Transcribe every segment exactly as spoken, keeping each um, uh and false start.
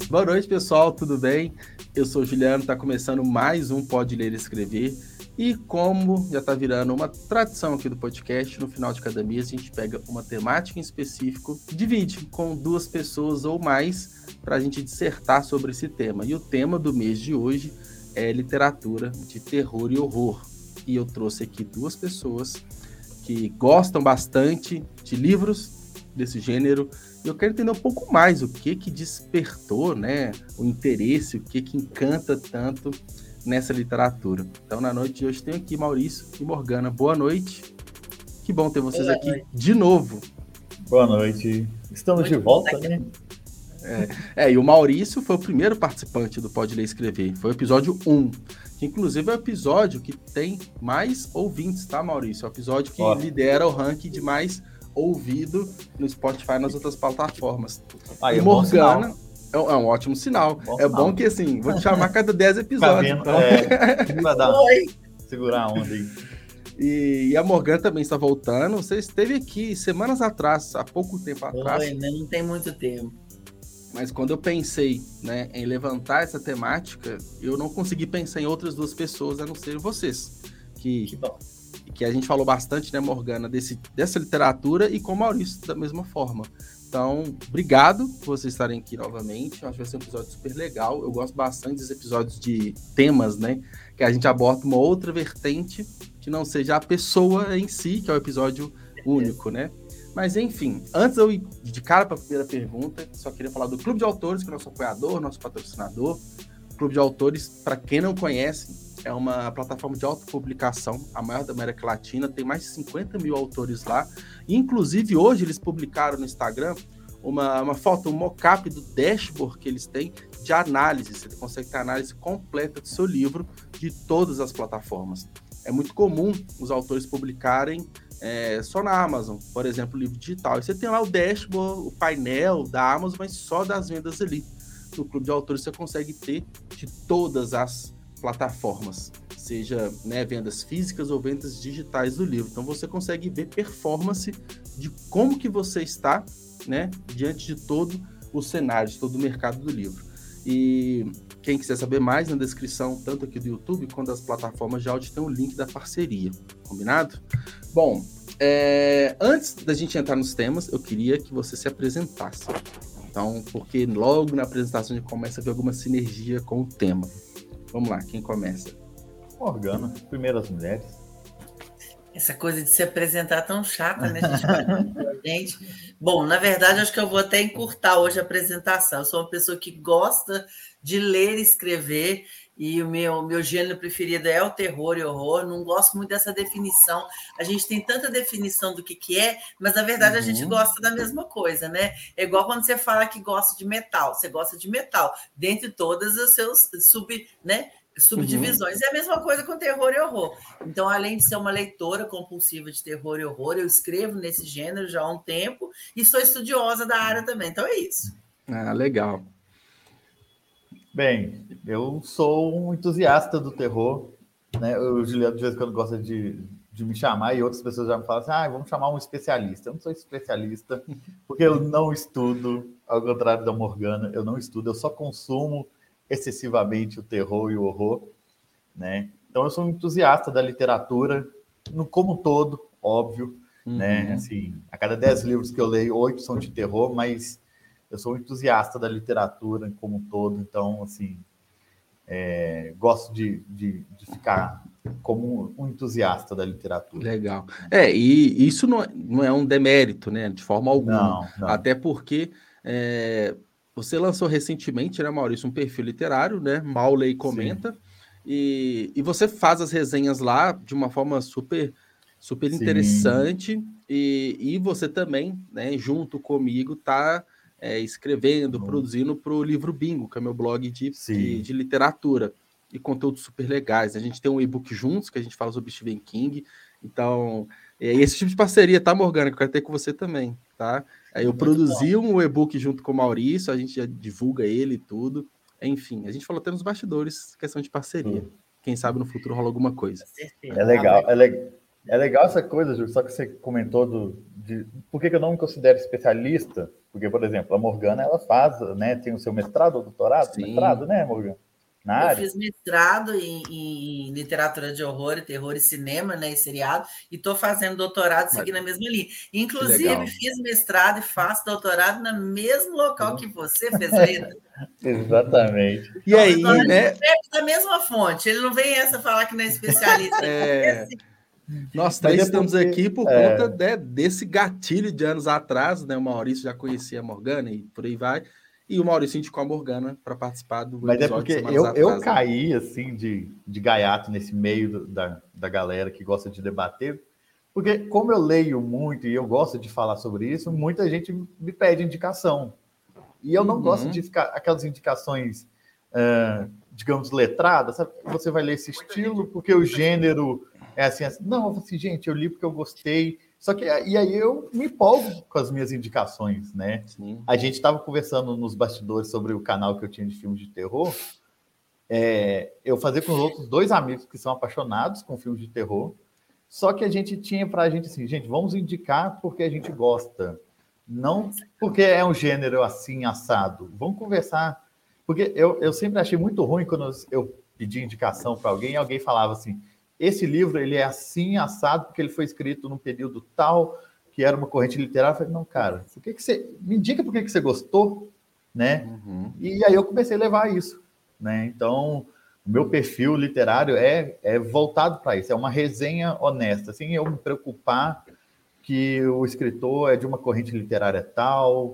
Boa noite, pessoal, tudo bem? Eu sou o Juliano, está começando mais um Pode Ler e Escrever. E como já está virando uma tradição aqui do podcast, no final de cada mês a gente pega uma temática em específico, divide com duas pessoas ou mais para a gente dissertar sobre esse tema. E o tema do mês de hoje é literatura de terror e horror. E eu trouxe aqui duas pessoas que gostam bastante de livros desse gênero. E eu quero entender um pouco mais o que que despertou, né, o interesse, o que que encanta tanto nessa literatura. Então, na noite de hoje, tenho aqui Maurício e Morgana. Boa noite. Que bom ter vocês Boa aqui noite. De novo. Boa noite. Estamos Muito de volta, bom, né? É, é, e o Maurício foi o primeiro participante do Pode Ler e Escrever. Foi o episódio um, que inclusive é o episódio que tem mais ouvintes, tá, Maurício? É o episódio que Ótimo. lidera o ranking de mais ouvido no Spotify e nas outras plataformas. Ah, e é Morgana é um, é um ótimo sinal. Bom é sinal. Bom que, assim, vou te chamar a cada dez episódios. Tá então. É, vai dar. Segurar a onda aí. E, e a Morgana também está voltando. Você esteve aqui semanas atrás, há pouco tempo atrás. Oi, não tem muito tempo. Mas quando eu pensei, né, em levantar essa temática, eu não consegui pensar em outras duas pessoas, a não ser vocês. Que, que bom. que a gente falou bastante, né, Morgana, desse, dessa literatura e com o Maurício da mesma forma. Então, obrigado por vocês estarem aqui novamente. Eu acho que vai ser um episódio super legal. Eu gosto bastante dos episódios de temas, né, que a gente aborda uma outra vertente que não seja a pessoa em si, que é o episódio único, né? Mas, enfim, antes eu ir de cara para a primeira pergunta, só queria falar do Clube de Autores, que é nosso apoiador, nosso patrocinador. O Clube de Autores, para quem não conhece, é uma plataforma de autopublicação, a maior da América Latina, tem mais de cinquenta mil autores lá. E, inclusive, hoje eles publicaram no Instagram uma, uma foto, um mock-up do dashboard que eles têm de análise. Você consegue ter a análise completa do seu livro de todas as plataformas. É muito comum os autores publicarem É, só na Amazon, por exemplo, livro digital. E você tem lá o dashboard, o painel da Amazon, mas só das vendas ali. No Clube de Autores você consegue ter de todas as plataformas, seja, né, vendas físicas ou vendas digitais do livro. Então você consegue ver performance de como que você está, né, diante de todo o cenário, de todo o mercado do livro. E quem quiser saber mais, na descrição, tanto aqui do YouTube quanto das plataformas de áudio, tem o link da parceria. Combinado? Bom, é, antes da gente entrar nos temas, eu queria que você se apresentasse. Então, porque logo na apresentação a gente começa a ver alguma sinergia com o tema. Vamos lá, quem começa? Morgana, primeiro as mulheres. Essa coisa de se apresentar tão chata, né, gente? gente? Bom, na verdade, acho que eu vou até encurtar hoje a apresentação. Eu sou uma pessoa que gosta de ler e escrever, e o meu, meu gênero preferido é o terror e horror. Não gosto muito dessa definição. A gente tem tanta definição do que, que é, mas na verdade uhum. a gente gosta da mesma coisa, né? É igual quando você fala que gosta de metal. Você gosta de metal, dentre todas os seus sub, né? subdivisões. Uhum. É a mesma coisa com terror e horror. Então, além de ser uma leitora compulsiva de terror e horror, eu escrevo nesse gênero já há um tempo e sou estudiosa da área também. Então, é isso. Ah, legal. Bem, eu sou um entusiasta do terror, né? O Juliano, de vez em quando, gosta de, de me chamar e outras pessoas já me falam assim, ah, vamos chamar um especialista. Eu não sou especialista, porque eu não estudo, ao contrário da Morgana, eu não estudo, eu só consumo excessivamente o terror e o horror, né? Então eu sou um entusiasta da literatura, no como um todo, óbvio, uhum. né? Assim, a cada dez livros que eu leio, oito são de terror, mas eu sou um entusiasta da literatura como um todo, então, assim, é, gosto de, de, de ficar como um entusiasta da literatura. Legal. É, e isso não, não é um demérito, né? De forma alguma. Não, não. Até porque é, você lançou recentemente, né, Maurício, um perfil literário, né? Mal Lê e Comenta. E, e você faz as resenhas lá de uma forma super, super interessante. E, e você também, né, junto comigo, tá é, escrevendo, hum. produzindo para o Livro Bingo, que é meu blog de, de, de literatura. E conteúdos super legais. A gente tem um e-book juntos, que a gente fala sobre Stephen King. Então, é esse tipo de parceria, tá, Morgana? Que eu quero ter com você também, tá? Aí eu Muito produzi bom. um e-book junto com o Maurício, a gente já divulga ele e tudo. Enfim, a gente falou até nos bastidores, questão de parceria. Hum. Quem sabe no futuro rola alguma coisa. É legal, é, le... É legal essa coisa, Ju, só que você comentou do, de por que, que eu não me considero especialista? Porque, por exemplo, a Morgana, ela faz, né, tem o seu mestrado ou doutorado? Sim. Mestrado, né, Morgana? Na eu área. fiz mestrado em, em literatura de horror, terror e cinema, né, e seriado, e estou fazendo doutorado seguindo a mesma linha. Inclusive, fiz mestrado e faço doutorado no mesmo local que você fez letra. Exatamente. E então, aí, então, né? Da mesma fonte. Ele não vem essa falar que não é especialista. é... Nós três é estamos porque, aqui por é... conta de, desse gatilho de anos atrás, né? O Maurício já conhecia a Morgana e por aí vai. E o Maurício indicou a Morgana para participar do Mas episódio é porque de eu, atrás, eu né? caí, assim, de, de gaiato nesse meio do, da, da galera que gosta de debater, porque como eu leio muito e eu gosto de falar sobre isso, muita gente me pede indicação. E eu não uhum. gosto de ficar aquelas indicações, uh, digamos, letradas, sabe? Você vai ler esse estilo porque o gênero é assim, assim. Não, eu falo assim, gente, eu li porque eu gostei. Só que e aí eu me empolgo com as minhas indicações, né? Sim. A gente estava conversando nos bastidores sobre o canal que eu tinha de filmes de terror. É, eu fazia com os outros dois amigos que são apaixonados com filmes de terror. Só que a gente tinha para a gente assim, gente, vamos indicar porque a gente gosta. Não porque é um gênero assim, assado. Vamos conversar. Porque eu, eu sempre achei muito ruim quando eu pedi indicação para alguém e alguém falava assim, esse livro ele é assim, assado, porque ele foi escrito num período tal, que era uma corrente literária. Eu falei, não, cara, por que que você... me indica por que que você gostou, né? Uhum. E aí eu comecei a levar isso, né? Então, o meu perfil literário é, é voltado para isso, é uma resenha honesta, assim, eu me preocupar que o escritor é de uma corrente literária tal,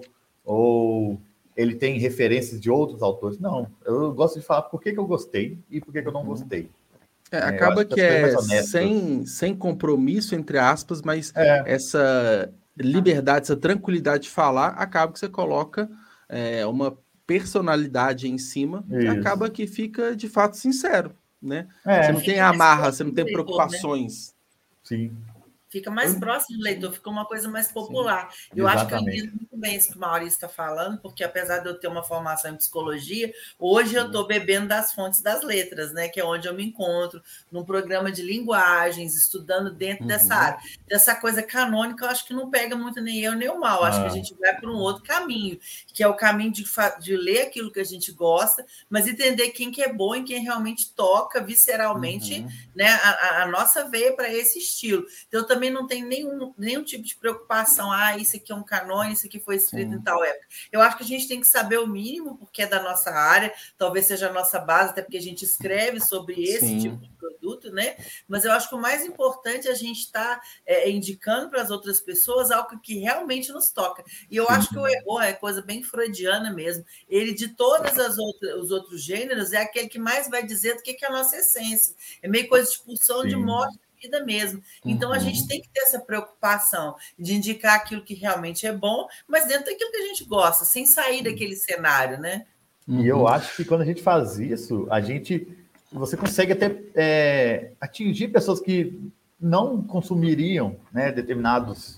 ou ele tem referências de outros autores. Não, eu gosto de falar por que que eu gostei e por que que eu não gostei. É, acaba que, que é sem, sem compromisso, entre aspas, mas é. essa liberdade, essa tranquilidade de falar, acaba que você coloca é, uma personalidade em cima Isso. e acaba que fica, de fato, sincero, né? É. Você não tem amarra, você não tem preocupações. Né? Sim. Fica mais próximo do leitor, fica uma coisa mais popular. Sim, eu acho que eu entendo muito bem isso que o Maurício está falando, porque apesar de eu ter uma formação em psicologia, hoje eu estou bebendo das fontes das letras, né? Que é onde eu me encontro, num programa de linguagens, estudando dentro uhum. dessa área. Dessa coisa canônica, eu acho que não pega muito nem eu nem o Mal. Ah. Acho que a gente vai para um outro caminho, que é o caminho de, de ler aquilo que a gente gosta, mas entender quem que é bom e quem realmente toca visceralmente uhum. né, a, a nossa veia para esse estilo. Então, eu também não tem nenhum, nenhum tipo de preocupação, ah, isso aqui é um canônico, isso aqui foi escrito Sim. em tal época. Eu acho que a gente tem que saber o mínimo, porque é da nossa área, talvez seja a nossa base, até porque a gente escreve sobre esse Sim. tipo de produto, né? Mas eu acho que o mais importante é a gente estar tá, é, indicando para as outras pessoas algo que realmente nos toca. E eu Sim. acho que o erro é coisa bem freudiana mesmo. Ele, de todos as outras, os outros gêneros, é aquele que mais vai dizer do que, que é a nossa essência. É meio coisa de pulsão Sim. de morte, mesmo. Então, uhum. a gente tem que ter essa preocupação de indicar aquilo que realmente é bom, mas dentro daquilo que a gente gosta, sem sair daquele cenário, né? Uhum. E eu acho que quando a gente faz isso, a gente, você consegue até é, atingir pessoas que não consumiriam, né, determinados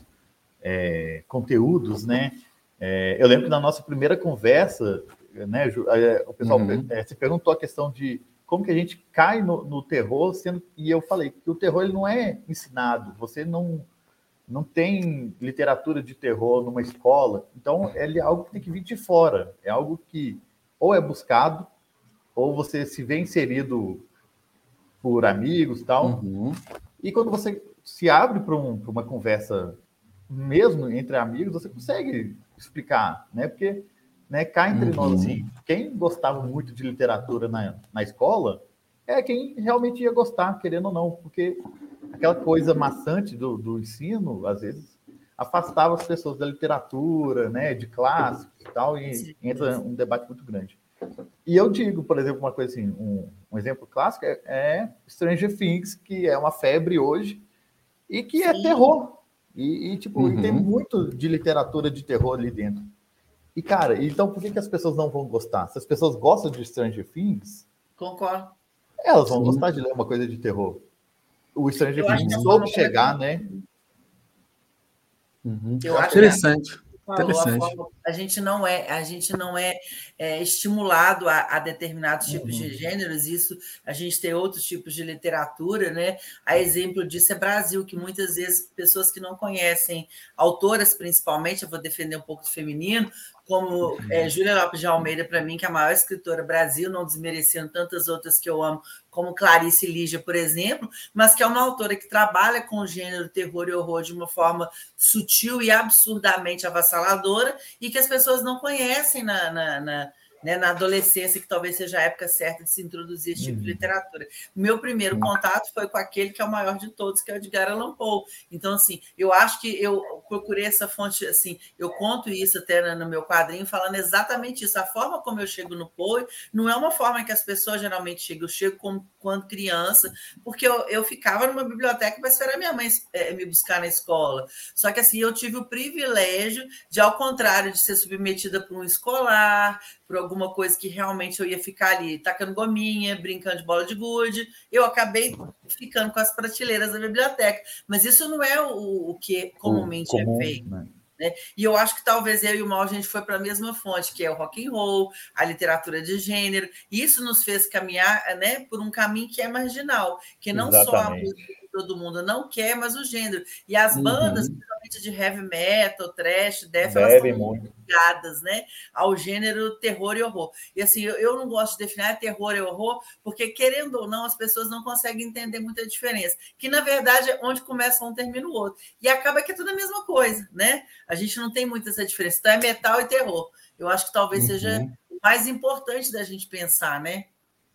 é, conteúdos, né? É, eu lembro que na nossa primeira conversa, né, o pessoal uhum. é, se perguntou a questão de como que a gente cai no, no terror, sendo, e eu falei que o terror ele não é ensinado, você não, não tem literatura de terror numa escola, então ele é algo que tem que vir de fora, é algo que ou é buscado, ou você se vê inserido por amigos e tal, uhum. e quando você se abre para um, uma conversa mesmo entre amigos, você consegue explicar, né, porque... Né, cá entre uhum. nós, assim, quem gostava muito de literatura na, na escola é quem realmente ia gostar, querendo ou não, porque aquela coisa maçante do, do ensino, às vezes, afastava as pessoas da literatura, né, de clássicos e tal, e Sim. entra um debate muito grande. E eu digo, por exemplo, uma coisa assim, um, um exemplo clássico é, é Stranger Things, que é uma febre hoje, e que Sim. é terror, e, e tipo, uhum. e tem muito de literatura de terror ali dentro. E, cara, então por que, que as pessoas não vão gostar? Se as pessoas gostam de Stranger Things... Concordo. Elas vão Sim. gostar de ler uma coisa de terror. O Stranger Things soube chegar, né? Uhum. Eu acho Interessante. falou, a, forma, a gente não é, a gente não é, é estimulado a, a determinados tipos uhum. de gêneros, isso a gente tem outros tipos de literatura, né? A exemplo disso é Brasil, que muitas vezes pessoas que não conhecem, autoras principalmente, eu vou defender um pouco do feminino, como é, Júlia Lopes de Almeida, para mim, que é a maior escritora do Brasil, não desmerecendo tantas outras que eu amo, como Clarice Ligia, por exemplo, mas que é uma autora que trabalha com o gênero terror e horror de uma forma sutil e absurdamente avassaladora e que as pessoas não conhecem na, na, na, né, na adolescência, que talvez seja a época certa de se introduzir esse tipo de literatura. O meu primeiro contato foi com aquele que é o maior de todos, que é o Edgar Allan Poe. Então, assim, eu acho que eu procurei essa fonte, assim, eu conto isso até no meu quadrinho, falando exatamente isso. A forma como eu chego no Poe não é uma forma que as pessoas geralmente chegam. Eu chego como, quando criança, porque eu, eu ficava numa biblioteca para esperar minha mãe é, me buscar na escola. Só que, assim, eu tive o privilégio de, ao contrário de ser submetida por um escolar, por alguma coisa que realmente eu ia ficar ali tacando gominha, brincando de bola de gude, eu acabei ficando com as prateleiras da biblioteca. Mas isso não é o, o que comumente o comum, é feito. Né? Né? E eu acho que talvez eu e o Mal a gente foi para a mesma fonte, que é o rock and roll, a literatura de gênero. E isso nos fez caminhar, né, por um caminho que é marginal, que não Exatamente. Só a música que todo mundo não quer, mas o gênero. E as bandas, uhum. principalmente de heavy metal, thrash, death, Deve elas estão muito ligadas, né, ao gênero terror e horror. E assim, eu, eu não gosto de definir terror e horror, porque, querendo ou não, as pessoas não conseguem entender muita diferença. Que, na verdade, é onde começa um, termina o outro. E acaba que é tudo a mesma coisa, né? A gente não tem muito essa diferença. Então, é metal e terror. Eu acho que talvez uhum. seja o mais importante da gente pensar, né?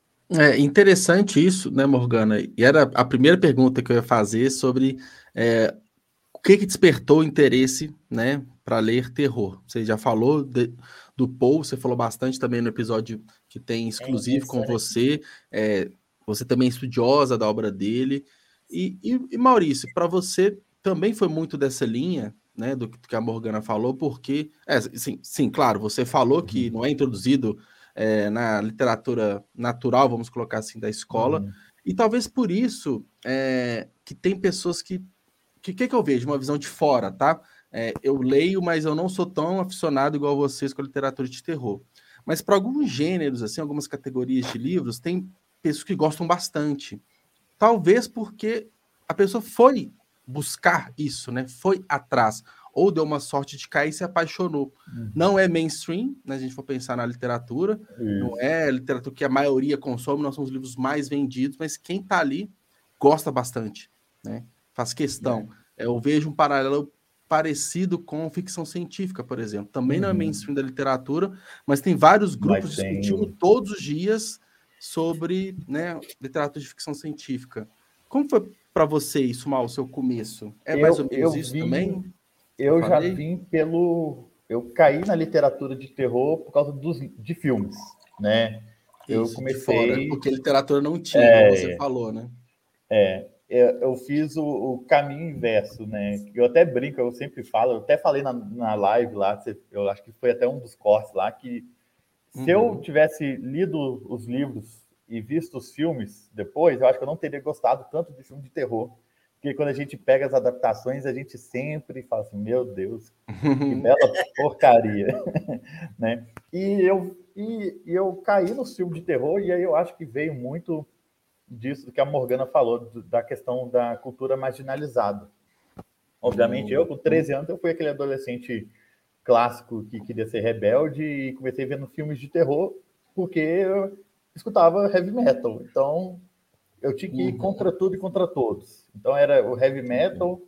É interessante isso, né, Morgana? E era a primeira pergunta que eu ia fazer sobre é, o que, que despertou o interesse, né, para ler terror. Você já falou de, do Poe, você falou bastante também no episódio que tem exclusivo é, com você. É, você também é estudiosa da obra dele. E, e, e Maurício, para você também foi muito dessa linha, né, do que a Morgana falou, porque, é, sim, sim, claro, você falou que não é introduzido é, na literatura natural, vamos colocar assim, da escola, uhum. e talvez por isso é, que tem pessoas que, que, que que eu vejo? Uma visão de fora, tá? É, eu leio, mas eu não sou tão aficionado igual vocês com a literatura de terror. Mas para alguns gêneros, assim, algumas categorias de livros, tem pessoas que gostam bastante. Talvez porque a pessoa foi buscar isso, né? Foi atrás, ou deu uma sorte de cair e se apaixonou. Uhum. Não é mainstream, né? A gente for pensar na literatura, isso. Não é a literatura que a maioria consome, não são os livros mais vendidos, mas quem tá ali gosta bastante, né? Faz questão. É. Eu vejo um paralelo parecido com ficção científica, por exemplo. Também uhum. não é mainstream da literatura, mas tem vários grupos tem... discutindo todos os dias sobre, né, literatura de ficção científica. Como foi para você isso, Mal, o seu começo? É mais eu, ou menos isso vim, também? Eu, eu já vim pelo... Eu caí na literatura de terror por causa dos, de filmes, né? Eu isso, comecei... De fora, porque literatura não tinha, é, como você falou, né? É, eu fiz o, o caminho inverso, né? Eu até brinco, eu sempre falo, eu até falei na, na live lá, eu acho que foi até um dos cortes lá, que se uhum. eu tivesse lido os livros e visto os filmes depois, eu acho que eu não teria gostado tanto de filme de terror. Porque quando a gente pega as adaptações, a gente sempre fala assim, meu Deus, que bela porcaria. Né? E, eu, e, e eu caí no filme de terror, e aí eu acho que veio muito disso que a Morgana falou, da questão da cultura marginalizada. Obviamente, eu com treze anos, eu fui aquele adolescente clássico que queria ser rebelde e comecei vendo filmes de terror porque eu escutava heavy metal. Então, eu tinha que ir contra tudo e contra todos. Então, era o heavy metal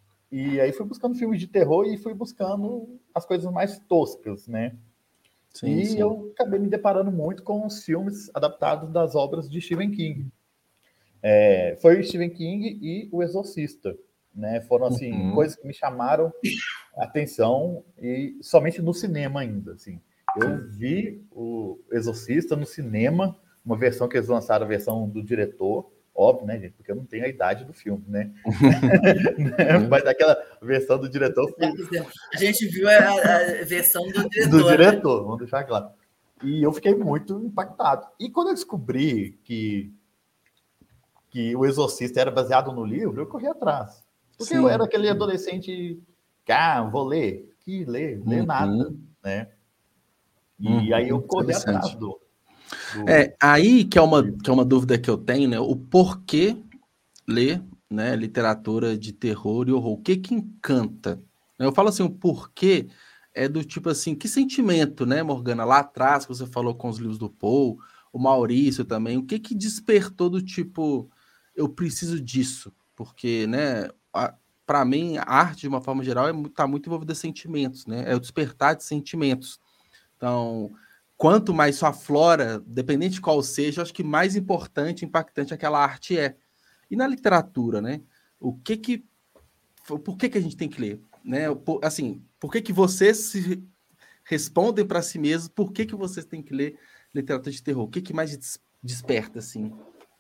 e aí fui buscando filmes de terror e fui buscando as coisas mais toscas, né? Sim, e sim. eu acabei me deparando muito com os filmes adaptados das obras de Stephen King. É, foi o Stephen King e o Exorcista, né? Foram, assim, uhum. coisas que me chamaram a atenção e somente no cinema ainda, assim. Eu vi o Exorcista no cinema, uma versão que eles lançaram, a versão do diretor, óbvio, né, gente? Porque eu não tenho a idade do filme, né? Mas aquela versão do diretor... Foi... A gente viu a, a versão do diretor. Do diretor, né? Vamos deixar claro. E eu fiquei muito impactado. E quando eu descobri que, que o Exorcista era baseado no livro, eu corri atrás. Porque Sim. eu era aquele adolescente, ah, vou ler. conseguir ler, ler uhum. nada, né? E uhum. aí eu corri atrás do, do... É, aí que é, uma, que é uma dúvida que eu tenho, né? O porquê ler, né, literatura de terror e horror? O que que encanta? Eu falo assim, o porquê é do tipo assim, que sentimento, né, Morgana? Lá atrás, que você falou com os livros do Poe, o Maurício também, o que que despertou do tipo, eu preciso disso? Porque, né, para mim, a arte, de uma forma geral, está é, tá muito envolvida em sentimentos, né? É o despertar de sentimentos. Então, quanto mais sua flora, dependente de qual seja, eu acho que mais importante, impactante aquela arte é. E na literatura, né? O que que... Por que que a gente tem que ler? Né? Por, assim, por que que vocês se respondem para si mesmos? Por que que vocês têm que ler literatura de terror? O que que mais des, desperta, assim?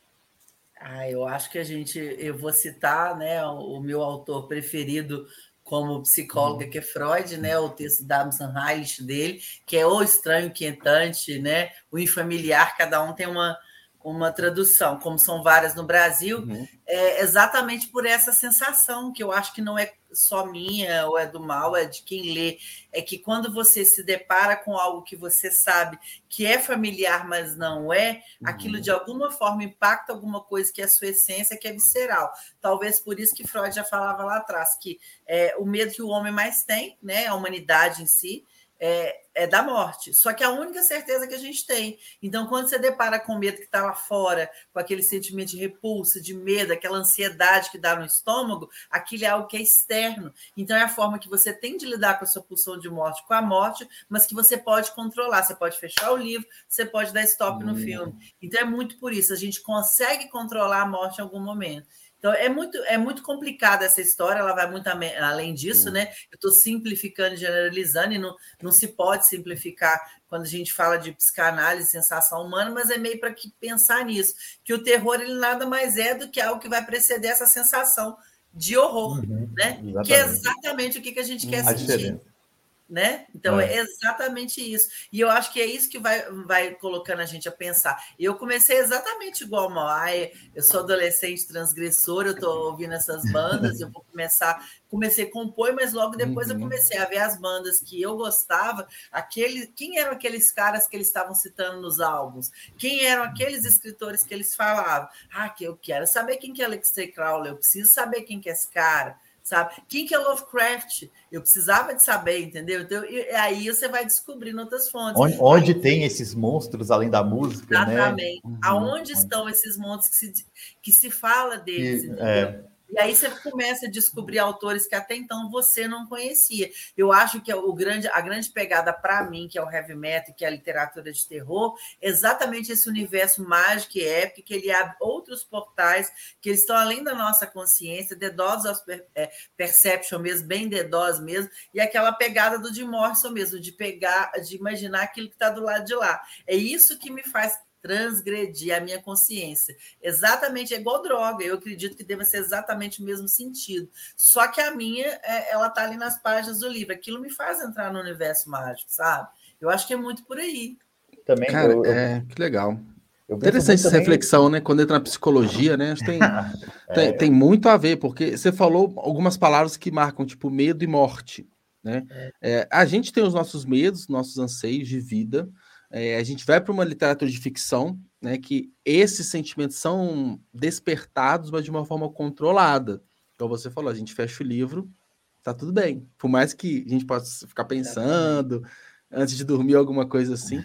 Ah, eu acho que a gente... Eu vou citar, né, o meu autor preferido como psicóloga, uhum. que é Freud, né, o texto da Amazon Heilich dele, que é o estranho inquietante, né, o infamiliar, cada um tem uma... uma tradução, como são várias no Brasil, uhum. é exatamente por essa sensação, que eu acho que não é só minha ou é do mal, é de quem lê, é que quando você se depara com algo que você sabe que é familiar, mas não é, uhum. aquilo de alguma forma impacta alguma coisa que é a sua essência, que é visceral. Talvez por isso que Freud já falava lá atrás, que é, o medo que o homem mais tem, né, a humanidade em si, É, é da morte. Só que é a única certeza que a gente tem. Então, quando você depara com o medo que está lá fora, com aquele sentimento de repulsa, de medo, aquela ansiedade que dá no estômago, aquilo é algo que é externo. Então, é a forma que você tem de lidar com a sua pulsão de morte, com a morte, mas que você pode controlar. Você pode fechar o livro, você pode dar stop no hum. filme. Então, é muito por isso. A gente consegue controlar a morte em algum momento. Então, é muito, é muito complicada essa história, ela vai muito além disso, Sim. né? Eu estou simplificando, generalizando, e não, não se pode simplificar quando a gente fala de psicanálise, sensação humana, mas é meio para que pensar nisso, que o terror ele nada mais é do que algo que vai preceder essa sensação de horror, uhum, né? Exatamente. Que é exatamente o que a gente quer a sentir. Diferença. Né? Então, é. é exatamente isso. E eu acho que é isso que vai, vai colocando a gente a pensar. Eu comecei exatamente igual a Ai, eu sou adolescente transgressora, eu estou ouvindo essas bandas, eu vou começar... Comecei a compor, mas logo depois uhum. eu comecei a ver as bandas que eu gostava, aquele, quem eram aqueles caras que eles estavam citando nos álbuns? Quem eram aqueles escritores que eles falavam? Ah, que eu quero saber quem que é Aleister Crowley, eu preciso saber quem que é esse cara. Sabe? Quem que é Lovecraft? Eu precisava de saber, entendeu? Então, e aí você vai descobrindo outras fontes. Onde, onde aí, tem esses monstros, além da música, exatamente. Né? Aonde uhum. estão esses monstros que se, que se fala deles, e, entendeu? É. E aí você começa a descobrir autores que até então você não conhecia. Eu acho que o grande, a grande pegada para mim, que é o heavy metal, que é a literatura de terror, é exatamente esse universo mágico e épico, que ele abre outros portais, que eles estão além da nossa consciência, The Doors of Perception mesmo, bem The Doors mesmo, e aquela pegada do Jim Morrison mesmo, de pegar, de imaginar aquilo que está do lado de lá. É isso que me faz transgredir a minha consciência. Exatamente, é igual droga. Eu acredito que deva ser exatamente o mesmo sentido. Só que a minha, ela tá ali nas páginas do livro. Aquilo me faz entrar no universo mágico, sabe? Eu acho que é muito por aí. Também, Cara, eu, eu, é, que legal. Interessante essa também... reflexão, né? Quando entra na psicologia, né? Acho que tem, é. tem, tem muito a ver, porque você falou algumas palavras que marcam, tipo, medo e morte, né? É. É, a gente tem os nossos medos, nossos anseios de vida. É, a gente vai para uma literatura de ficção, né, que esses sentimentos são despertados, mas de uma forma controlada. Então você falou, a gente fecha o livro, tá tudo bem. Por mais que a gente possa ficar pensando antes de dormir alguma coisa assim,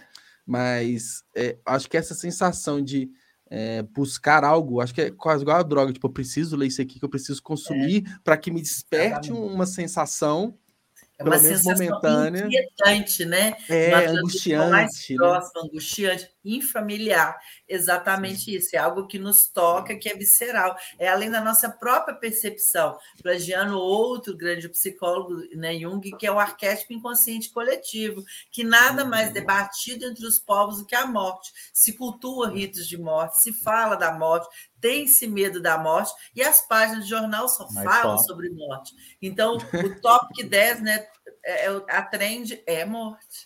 mas é, acho que essa sensação de é, buscar algo, acho que é quase igual a droga, tipo, eu preciso ler isso aqui que eu preciso consumir é. para que me desperte uma sensação. É uma sensação momentânea. Inquietante, né? É, angustiante. Mais próxima, né? Angustiante, infamiliar. Exatamente Sim. isso. É algo que nos toca, que é visceral. É além da nossa própria percepção. Plagiando outro grande psicólogo, né, Jung, que é o arquétipo inconsciente coletivo, que nada mais debatido entre os povos do que a morte. Se cultua ritos de morte, se fala da morte, tem-se medo da morte, e as páginas de jornal só Mas falam só. sobre morte. Então, o tópico dez, né, é, a trend é morte.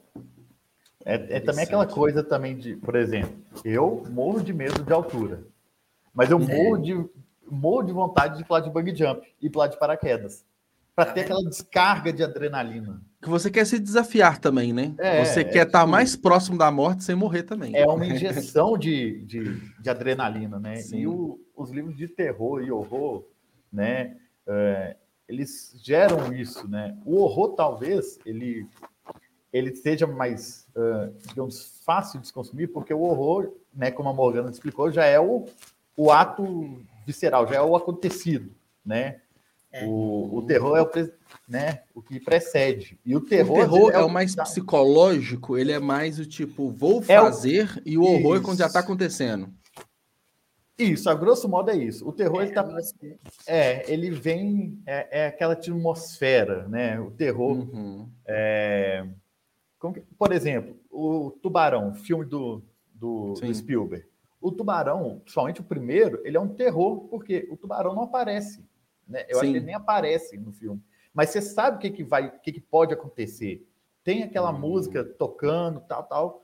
É, é também aquela coisa também de, por exemplo, eu morro de medo de altura, mas eu é. morro, de, morro de vontade de pular de bungee jump e pular de paraquedas. para ter aquela descarga de adrenalina. Que você quer se desafiar também, né? É, você é quer estar tipo, mais próximo da morte sem morrer também. É uma injeção de, de, de adrenalina, né? Sim. E o, os livros de terror e horror, né? É, eles geram isso, né? O horror, talvez, ele, ele seja mais, uh, digamos, fácil de se consumir, porque o horror, né, como a Morgana explicou, já é o, o ato visceral, já é o acontecido, né? É. O, o terror é o, né, o que precede. E o terror, o, terror é, é o mais tá... psicológico, ele é mais o tipo, vou fazer, é o... e o horror isso. É quando já está acontecendo. Isso, a grosso modo é isso. O terror, é, ele, tá... é, ele vem, é, é aquela atmosfera, né? O terror. Uhum. É... Que... Por exemplo, o Tubarão, filme do, do, do Spielberg. O Tubarão, principalmente o primeiro, ele é um terror, porque o tubarão não aparece. Né? Eu Sim. acho que ele nem aparece no filme. Mas você sabe o que, que, vai, o que, que pode acontecer. Tem aquela hum. música tocando, tal, tal.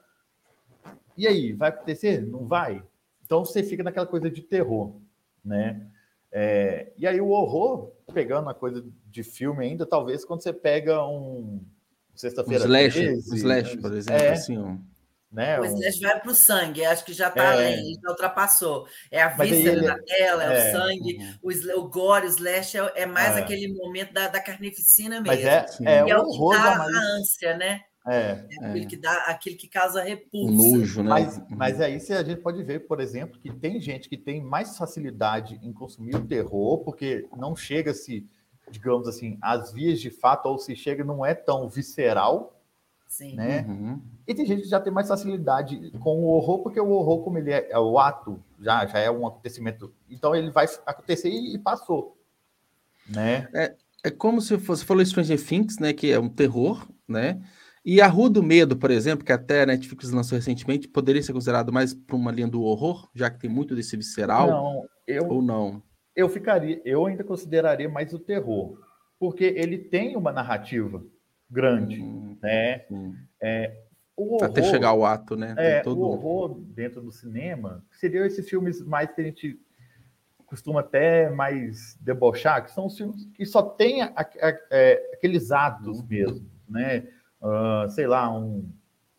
E aí, vai acontecer? Não vai? Então você fica naquela coisa de terror, né? É, e aí o horror, pegando a coisa de filme ainda, talvez quando você pega um Sexta-feira um slash, treze, um slash, por exemplo, é, assim, um... Né? O slash vai para o sangue, acho que já está é... além, já ultrapassou. É a víscera ele... na tela, é, é o sangue, uhum. o, sl... o gore, o slash é, é mais é. aquele momento da, da carnificina mesmo. Mas é, é, e é o o que dá mais... a ânsia, né? É, é aquele, Que dá, aquele que causa repulsa. O nojo, né? Mas, mas aí a gente pode ver, por exemplo, que tem gente que tem mais facilidade em consumir o terror, porque não chega-se, digamos assim, às vias de fato, ou se chega, não é tão visceral. Sim. Né? Uhum. E tem gente que já tem mais facilidade com o horror, porque o horror, como ele é, é o ato, já, já é um acontecimento. Então ele vai acontecer e, e passou. Né? É, é como se fosse, você falou Stranger Things, né? Que é um terror, né? E a Rua do Medo, por exemplo, que até a Netflix lançou recentemente, poderia ser considerado mais para uma linha do horror, já que tem muito desse visceral? Não, eu, ou não? Eu ficaria, eu ainda consideraria mais o terror, porque ele tem uma narrativa grande, hum, né? É, o horror, até chegar ao ato, né? É, todo... O horror dentro do cinema seriam esses filmes mais que a gente costuma até mais debochar, que são os filmes que só tem a, a, a, é, aqueles atos uhum. mesmo, né? Uh, sei lá, um,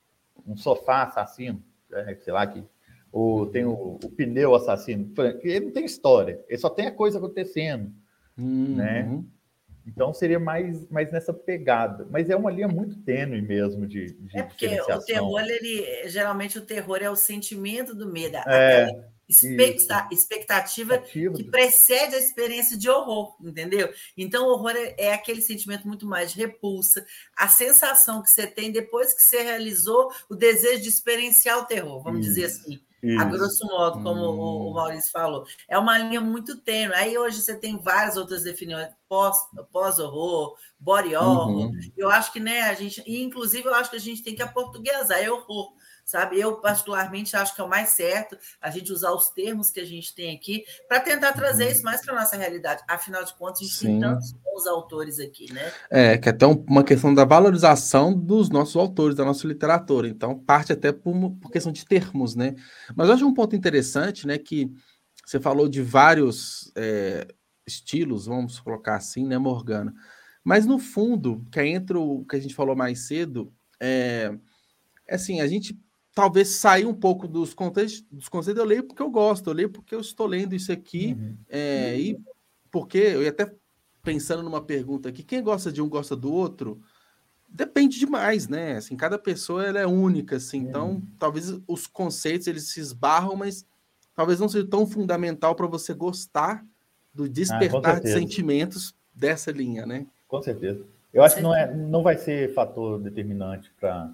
um sofá assassino, é, sei lá, que, ou tem o, o pneu assassino, que ele não tem história, ele só tem a coisa acontecendo, uhum. né? Então seria mais, mais nessa pegada. Mas é uma linha muito tênue mesmo de, de É porque o terror, ele, geralmente o terror é o sentimento do medo, é, aquela expecta, expectativa Ativa. que precede a experiência de horror, entendeu? Então o horror é, é aquele sentimento muito mais de repulsa, a sensação que você tem depois que você realizou o desejo de experienciar o terror, vamos Isso. dizer assim. Isso. A grosso modo, como hum. o Maurício falou. É uma linha muito tênue. Aí hoje você tem várias outras definições, pós, pós-horror, body horror. Uhum. Eu acho que, né, a gente... E, inclusive, eu acho que a gente tem que aportuguesar, é horror, sabe? Eu, particularmente, acho que é o mais certo a gente usar os termos que a gente tem aqui para tentar trazer uhum. isso mais para a nossa realidade. Afinal de contas, a gente Sim. tem tantos bons autores aqui, né? É, que é até uma questão da valorização dos nossos autores, da nossa literatura. Então, parte até por, por questão de termos, né? Mas eu acho um ponto interessante, né, que você falou de vários é, estilos, vamos colocar assim, né, Morgana? Mas, no fundo, que aí entra o que a gente falou mais cedo, é, é assim, a gente talvez sair um pouco dos conceitos, dos conceitos, eu leio porque eu gosto, eu leio porque eu estou lendo isso aqui, uhum. é, uhum. e porque, eu ia até pensando numa pergunta aqui, quem gosta de um gosta do outro, depende demais, né? Assim, cada pessoa ela é única, assim, uhum. então talvez os conceitos eles se esbarram, mas talvez não seja tão fundamental para você gostar do despertar ah, de sentimentos dessa linha, né? Com certeza. Eu acho que não, é, não vai ser fator determinante para...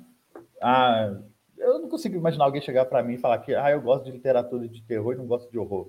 Ah, eu não consigo imaginar alguém chegar para mim e falar que ah, eu gosto de literatura de terror e não gosto de horror.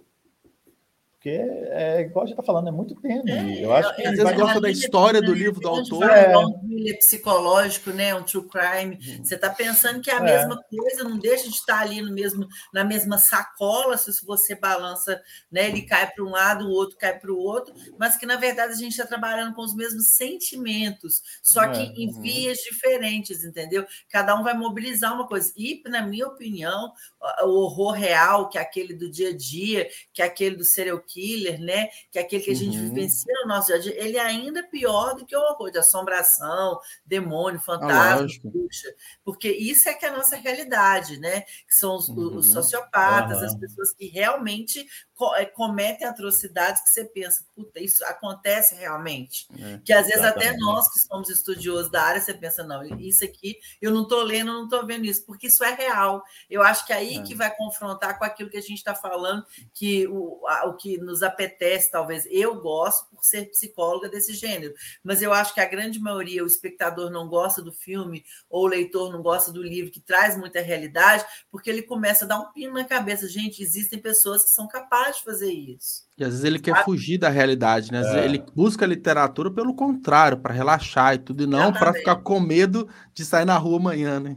Porque, é, igual a gente está falando, é muito tênue. É, eu acho que às vezes gosta da história do livro do autor. É um thriller psicológico, né? Um true crime. Hum. Você está pensando que é a é. mesma coisa, não deixa de estar ali no mesmo, na mesma sacola, se você balança, né? Ele cai para um lado, o outro cai para o outro, mas que, na verdade, a gente está trabalhando com os mesmos sentimentos, só que é. em vias uhum. diferentes, entendeu? Cada um vai mobilizar uma coisa. E, na minha opinião, o horror real, que é aquele do dia a dia, que é aquele do serial killer, killer, né? Que é aquele que a gente Uhum. vivencia no nosso dia a dia, ele é ainda pior do que o horror de assombração, demônio, Ah, fantasma, lógico. bruxa. Porque isso é que é a nossa realidade, né? Que são os, os Uhum. sociopatas, as Aham. pessoas que realmente co- eh, cometem atrocidades que você pensa, puta, isso acontece realmente. É. Que às vezes até Exatamente. nós que somos estudiosos da área, você pensa, não, isso aqui eu não estou lendo, eu não estou vendo isso, porque isso é real. Eu acho que é aí É. que vai confrontar com aquilo que a gente está falando, que o, a- o que nos apetece, talvez. Eu gosto por ser psicóloga desse gênero, mas eu acho que a grande maioria, o espectador não gosta do filme, ou o leitor não gosta do livro, que traz muita realidade, porque ele começa a dar um pino na cabeça. Gente, existem pessoas que são capazes de fazer isso. E às vezes ele quer fugir da realidade, né? Às vezes ele busca literatura pelo contrário, para relaxar e tudo, e não para ficar com medo de sair na rua amanhã, né?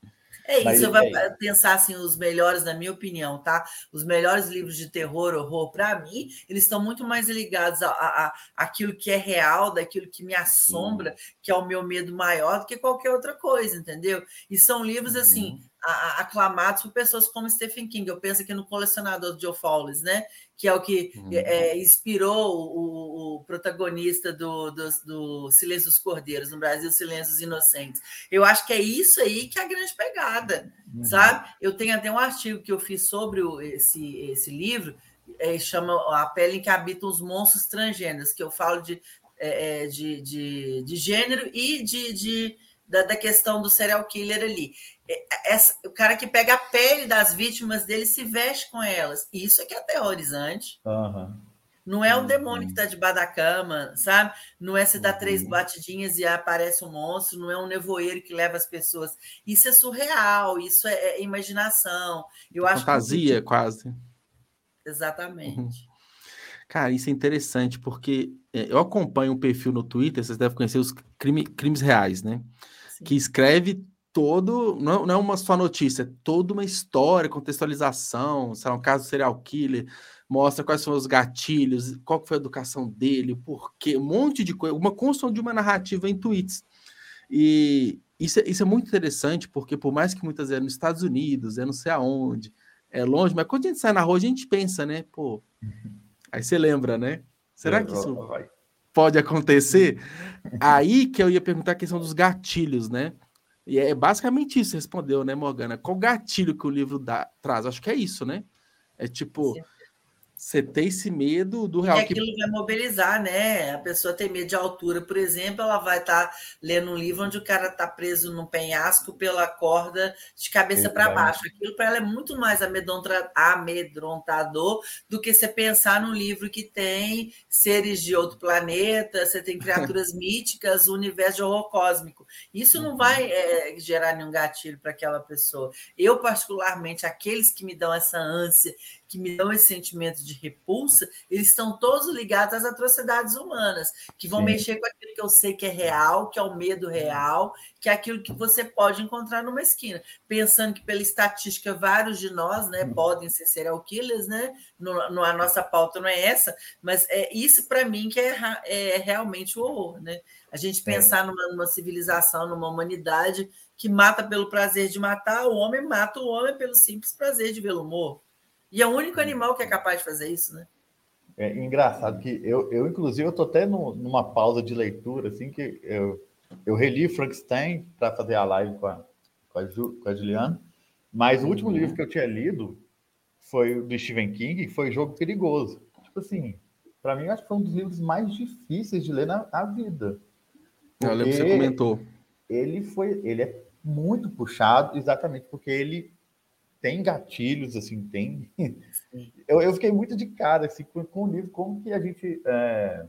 É isso, Mas, você vai é, pensar assim, os melhores, na minha opinião, tá? Os melhores livros de terror, horror, para mim, eles estão muito mais ligados a, a, a aquilo que é real, daquilo que me assombra, que é o meu medo maior do que qualquer outra coisa, entendeu? E são livros assim, Uhum. a- a- aclamados por pessoas como Stephen King. Eu penso aqui no Colecionador de Joe Fowles, né? Que é o que Uhum. é, inspirou o, o protagonista do, do, do Silêncio dos Cordeiros, no Brasil, Silêncios Inocentes. Eu acho que é isso aí que é a grande pegada, Uhum. sabe? Eu tenho até um artigo que eu fiz sobre o, esse, esse livro, é, chama A Pele em que Habitam os Monstros Transgêneros, que eu falo de, é, de, de, de gênero e de, de, da, da questão do serial killer ali. Essa, o cara que pega a pele das vítimas dele se veste com elas. Isso é que é aterrorizante. Aham. Não é o Uhum. demônio que está debaixo da cama, sabe? Não é se dá três Uhum. batidinhas e aparece um monstro, não é um nevoeiro que leva as pessoas. Isso é surreal, isso é, é imaginação. Eu acho que o Fantasia, tipo... quase. Exatamente. Uhum. Cara, isso é interessante, porque é, eu acompanho um perfil no Twitter, vocês devem conhecer os crime, crimes reais, né? Sim. Que escreve todo, não, não é uma só notícia, é toda uma história, contextualização, sei lá, um caso de serial killer, mostra quais são os gatilhos, qual que foi a educação dele, o porquê, um monte de coisa, uma construção de uma narrativa em tweets. E isso é, isso é muito interessante, porque por mais que muitas vezes é nos Estados Unidos, é não sei aonde, é longe, mas quando a gente sai na rua, a gente pensa, né? Pô, aí você lembra, né? Será que isso Vai. pode acontecer? Aí que eu ia perguntar a questão dos gatilhos, né? E é basicamente isso, respondeu, né, Morgana? Qual gatilho que o livro dá, traz? Acho que é isso, né? É tipo, Sim. você ter esse medo do E que real. Que... aquilo vai mobilizar, né? A pessoa tem medo de altura, por exemplo, ela vai estar tá lendo um livro onde o cara está preso num penhasco pela corda de cabeça para baixo. Aquilo para ela é muito mais amedrontador do que você pensar num livro que tem seres de outro planeta, você tem criaturas míticas, o universo de horror cósmico. Isso não vai é, gerar nenhum gatilho para aquela pessoa. Eu, particularmente, aqueles que me dão essa ânsia, que me dão esse sentimento de repulsa, eles estão todos ligados às atrocidades humanas, que vão Sim. mexer com aquilo que eu sei que é real, que é o medo real, que é aquilo que você pode encontrar numa esquina. Pensando que, pela estatística, vários de nós, né, podem ser serial killers, né? No, no, a nossa pauta não é essa, mas é isso, para mim, que é, é realmente o horror, né? A gente pensar é. numa, numa civilização, numa humanidade que mata pelo prazer de matar, o homem mata o homem pelo simples prazer de vê-lo morto. E é o único animal que é capaz de fazer isso, né? É engraçado que eu, eu inclusive, eu tô até no, numa pausa de leitura, assim, que eu, eu reli Frankenstein para fazer a live com a, com a, Ju, com a Juliana, mas o último uhum. livro que eu tinha lido foi o do Stephen King, que foi Jogo Perigoso. Tipo assim, para mim, acho que foi um dos livros mais difíceis de ler na, na vida. Eu lembro que você comentou. Ele, foi, ele é muito puxado, exatamente porque ele tem gatilhos, assim, tem... Eu, eu fiquei muito de cara, assim, com, com o livro, como que a gente é,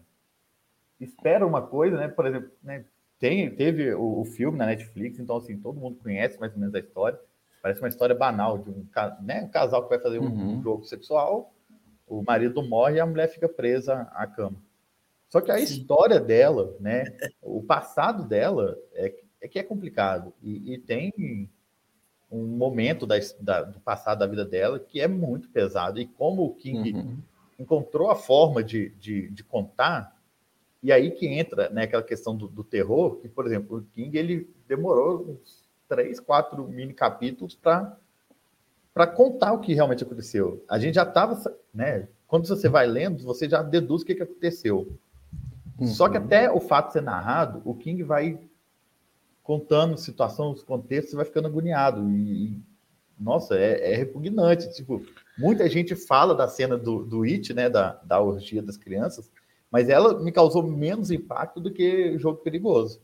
espera uma coisa, né? Por exemplo, né? Tem, teve o, o filme na Netflix, então, assim, todo mundo conhece mais ou menos a história. Parece uma história banal de um, né, um casal que vai fazer um, uhum. um jogo sexual, o marido morre e a mulher fica presa à cama. Só que a Sim. história dela, né? O passado dela é, é que é complicado. E, e tem... um momento da, da, do passado da vida dela que é muito pesado. E como o King uhum. encontrou a forma de, de, de contar, e aí que entra, né, aquela questão do, do terror, que, por exemplo, o King ele demorou uns três, quatro mini capítulos para contar o que realmente aconteceu. A gente já estava né? Quando você vai lendo, você já deduz o que, que aconteceu. Uhum. Só que até o fato de ser narrado, o King vai contando situações, contextos, você vai ficando agoniado. E, e nossa, é, é repugnante. Tipo, muita gente fala da cena do, do It, né? Da, da orgia das crianças, mas ela me causou menos impacto do que Jogo Perigoso.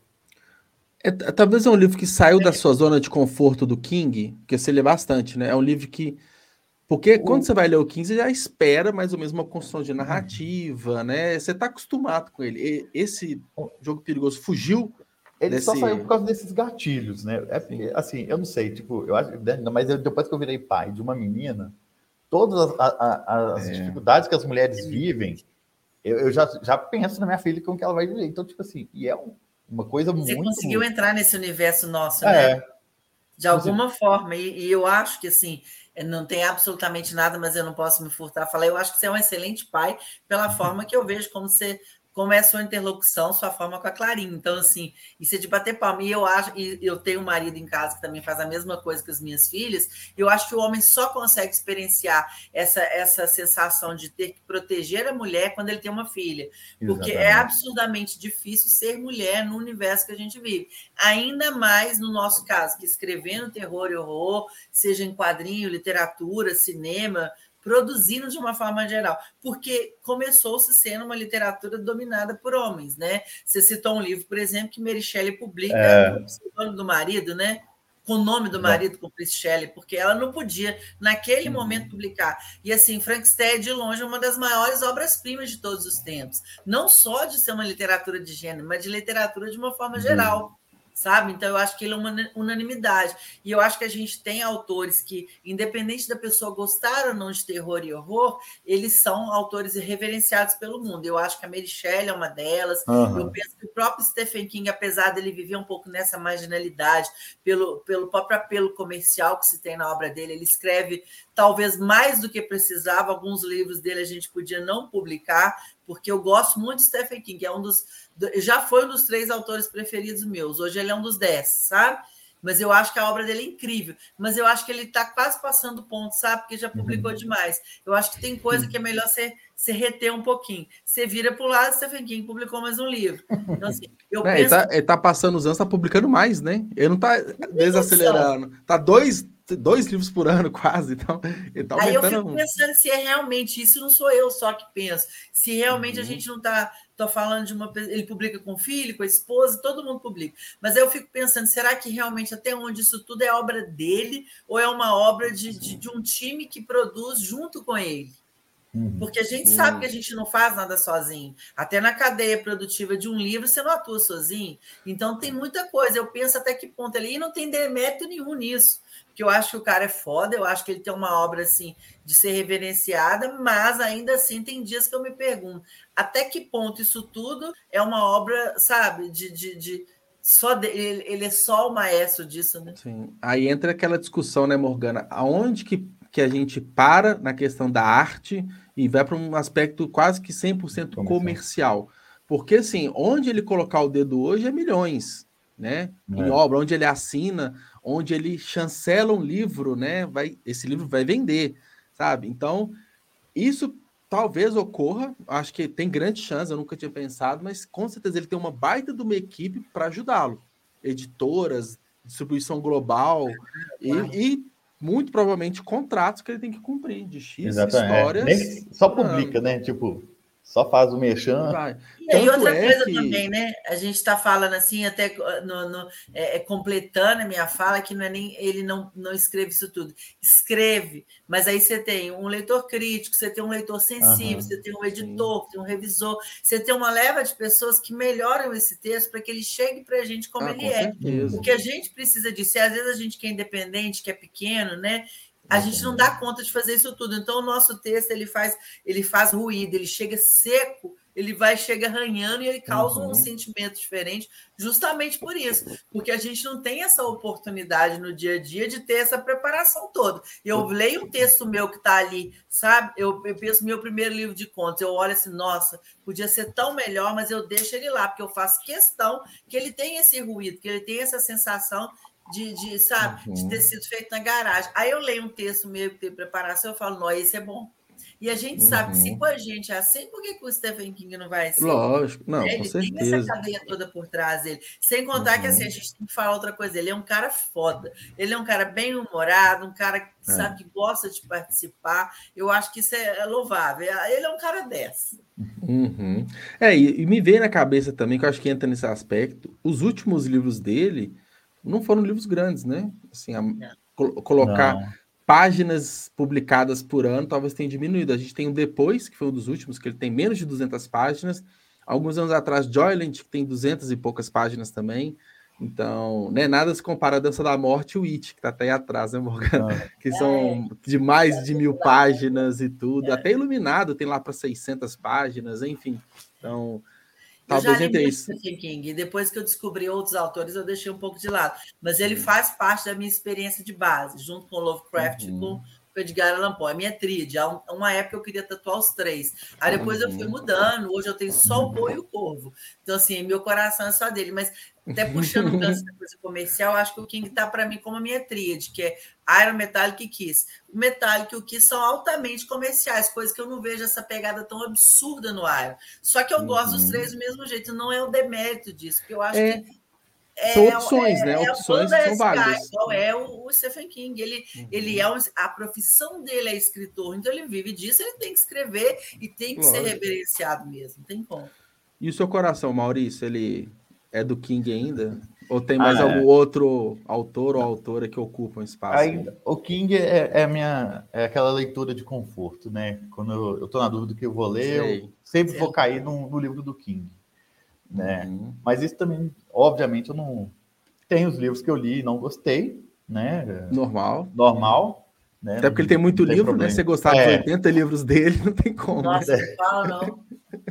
É, talvez é um livro que saiu da sua zona de conforto do King, porque você lê bastante, né? É um livro que... Porque o... quando você vai ler o King, você já espera mais ou menos uma construção de narrativa, né? Você tá acostumado com ele. E esse Jogo Perigoso fugiu Ele desse... só saiu por causa desses gatilhos, né? É porque, assim, eu não sei, tipo, eu acho, mas eu, depois que eu virei pai de uma menina, todas as, a, as é. dificuldades que as mulheres vivem, eu, eu já, já penso na minha filha como que ela vai viver. Então, tipo assim, e é um, uma coisa Você muito... Você conseguiu entrar nesse universo nosso, é. né? De alguma Você... forma. E, e eu acho que, assim, não tem absolutamente nada, mas eu não posso me furtar a falar. Eu acho que você é um excelente pai pela forma que eu vejo como você... como é a sua interlocução, sua forma com a Clarinha. Então, assim, isso é de bater palma. E eu acho, e eu tenho um marido em casa que também faz a mesma coisa que as minhas filhas, eu acho que o homem só consegue experienciar essa, essa sensação de ter que proteger a mulher quando ele tem uma filha. Porque Exatamente. É absurdamente difícil ser mulher no universo que a gente vive. Ainda mais no nosso caso, que escrevendo terror e horror, seja em quadrinho, literatura, cinema... produzindo de uma forma geral, porque começou-se sendo uma literatura dominada por homens, né? Você citou um livro, por exemplo, que Mary Shelley publica é... com o pseudônimo do marido, né? Com o nome do marido, com Chris Shelley, porque ela não podia, naquele uhum. momento, publicar. E, assim, Frankenstein é, de longe, uma das maiores obras-primas de todos os tempos. Não só de ser uma literatura de gênero, mas de literatura de uma forma uhum. geral. Sabe? Então, eu acho que ele é uma unanimidade. E eu acho que a gente tem autores que, independente da pessoa gostar ou não de terror e horror, eles são autores reverenciados pelo mundo. Eu acho que a Mary Shelley é uma delas. Uhum. Eu penso que o próprio Stephen King, apesar dele viver um pouco nessa marginalidade, pelo, pelo próprio apelo comercial que se tem na obra dele, ele escreve talvez mais do que precisava. Alguns livros dele a gente podia não publicar, porque eu gosto muito de Stephen King, é um dos... já foi um dos três autores preferidos meus, hoje ele é um dos dez, sabe? Mas eu acho que a obra dele é incrível, mas eu acho que ele está quase passando o ponto, sabe? Porque já publicou uhum. demais. Eu acho que tem coisa que é melhor você, você reter um pouquinho. Você vira para o lado, Stephen King publicou mais um livro. Então, assim, eu é, penso... Ele tá, ele tá passando os anos, está publicando mais, né? Ele não está desacelerando. Está dois... dois livros por ano, quase, então ele tá aumentando. Aí eu fico pensando se é realmente isso, não sou eu só que penso, se realmente uhum. a gente não está tô falando de uma... ele publica com o filho, com a esposa, todo mundo publica, mas aí eu fico pensando, será que realmente até onde isso tudo é obra dele ou é uma obra de, de, de um time que produz junto com ele? Porque a gente sabe que a gente não faz nada sozinho. Até na cadeia produtiva de um livro, você não atua sozinho. Então, tem muita coisa. Eu penso até que ponto ali, e não tem demérito nenhum nisso. Porque eu acho que o cara é foda, eu acho que ele tem uma obra, assim, de ser reverenciada, mas, ainda assim, tem dias que eu me pergunto até que ponto isso tudo é uma obra, sabe, de... de, de só de, ele, ele é só o maestro disso, né? Sim. Aí entra aquela discussão, né, Morgana? Aonde que, que a gente para na questão da arte e vai para um aspecto quase que cem por cento comercial. comercial. Porque, assim, onde ele colocar o dedo hoje é milhões, né? É. Em obra, onde ele assina, onde ele chancela um livro, né? Vai, esse livro vai vender, sabe? Então, isso talvez ocorra, acho que tem grande chance, eu nunca tinha pensado, mas com certeza ele tem uma baita de uma equipe para ajudá-lo. Editoras, distribuição global e, e muito provavelmente contratos que ele tem que cumprir de X Exatamente. histórias. Nem, só publica, né? Tipo, só faz o merchan. Vai. E aí, outra é coisa que... também, né? A gente está falando assim, até no, no, é, é, completando a minha fala, que não é nem ele não, não escreve isso tudo. Escreve, mas aí você tem um leitor crítico, você tem um leitor sensível, uhum. você tem um editor, tem um revisor, você tem uma leva de pessoas que melhoram esse texto para que ele chegue para a gente como ah, ele é. Certeza. Porque a gente precisa disso. E às vezes a gente que é independente, que é pequeno, né? A gente não dá conta de fazer isso tudo. Então, o nosso texto ele faz, ele faz ruído, ele chega seco, ele vai, chega arranhando e ele causa uhum. um sentimento diferente, justamente por isso. Porque a gente não tem essa oportunidade no dia a dia de ter essa preparação toda. Eu leio um texto meu que está ali, sabe? Eu, eu penso no meu primeiro livro de contos, eu olho assim, nossa, podia ser tão melhor, mas eu deixo ele lá, porque eu faço questão que ele tenha esse ruído, que ele tenha essa sensação De, de, sabe, uhum. de ter sido feito na garagem. Aí eu leio um texto meu que tem preparação, eu falo, não, esse é bom, E a gente Uhum. sabe que se com a gente é assim, por que, que o Stephen King não vai ser? Lógico, não, Ele com tem certeza. essa cadeia toda por trás dele. Sem contar Uhum. que assim, a gente tem que falar outra coisa. Ele é um cara foda. Ele é um cara bem humorado, um cara que É. sabe que gosta de participar. Eu acho que isso é louvável. Ele é um cara dessa. Uhum. É, e, e me veio na cabeça também, que eu acho que entra nesse aspecto, os últimos livros dele não foram livros grandes, né? Assim, a, col- colocar Não. páginas publicadas por ano talvez tenha diminuído. A gente tem o Depois, que foi um dos últimos, que ele tem menos de duzentas páginas. Alguns anos atrás, Joyland, que tem duzentas e poucas páginas também. Então, né, nada se compara a Dança da Morte e o It, que tá até aí atrás, né, Morgan? Ah, Que são de mais de mil páginas e tudo. Até Iluminado tem lá para seiscentas páginas, enfim. Então, Eu já talvez li entre muito isso. Stephen King, e depois que eu descobri outros autores, eu deixei um pouco de lado. Mas ele faz parte da minha experiência de base, junto com o Lovecraft e Uhum. com o Edgar Allan Poe. A minha tríade. Há um- uma época eu queria tatuar os três. Aí depois eu fui Uhum. mudando. Hoje eu tenho só o Poe e o Corvo. Então, assim, meu coração é só dele. Mas até puxando o gancho da coisa comercial, acho que o King está para mim como a minha tríade, que é Iron, Metallic e Kiss. O Metallic e o Kiss são altamente comerciais, coisas que eu não vejo essa pegada tão absurda no Iron. Só que eu gosto dos Uhum. três do mesmo jeito, não é o demérito disso, porque eu acho É, que são é, opções, né? é, é a Opções banda que são S K, válidas. igual é o, o Stephen King. Ele, Uhum. ele é um, a profissão dele é escritor, então ele vive disso, ele tem que escrever e tem que ser Lógico. reverenciado mesmo, não tem como. E o seu coração, Maurício, ele é do King ainda? Ou tem mais Ah, algum é. outro autor ou autora que ocupa um espaço aí? Ainda, o King é, é a minha é aquela leitura de conforto, né? Quando eu, eu tô na dúvida do que eu vou ler, eu Sei. sempre Sei. vou cair no, no livro do King, né? Uhum. Mas isso também, obviamente, eu não tem os livros que eu li e não gostei, né? Normal. Normal, né? Até porque ele tem muito Não tem livro, né? problema. Se você gostar dos É. oitenta livros dele, não tem como, né? Nossa, não fala não.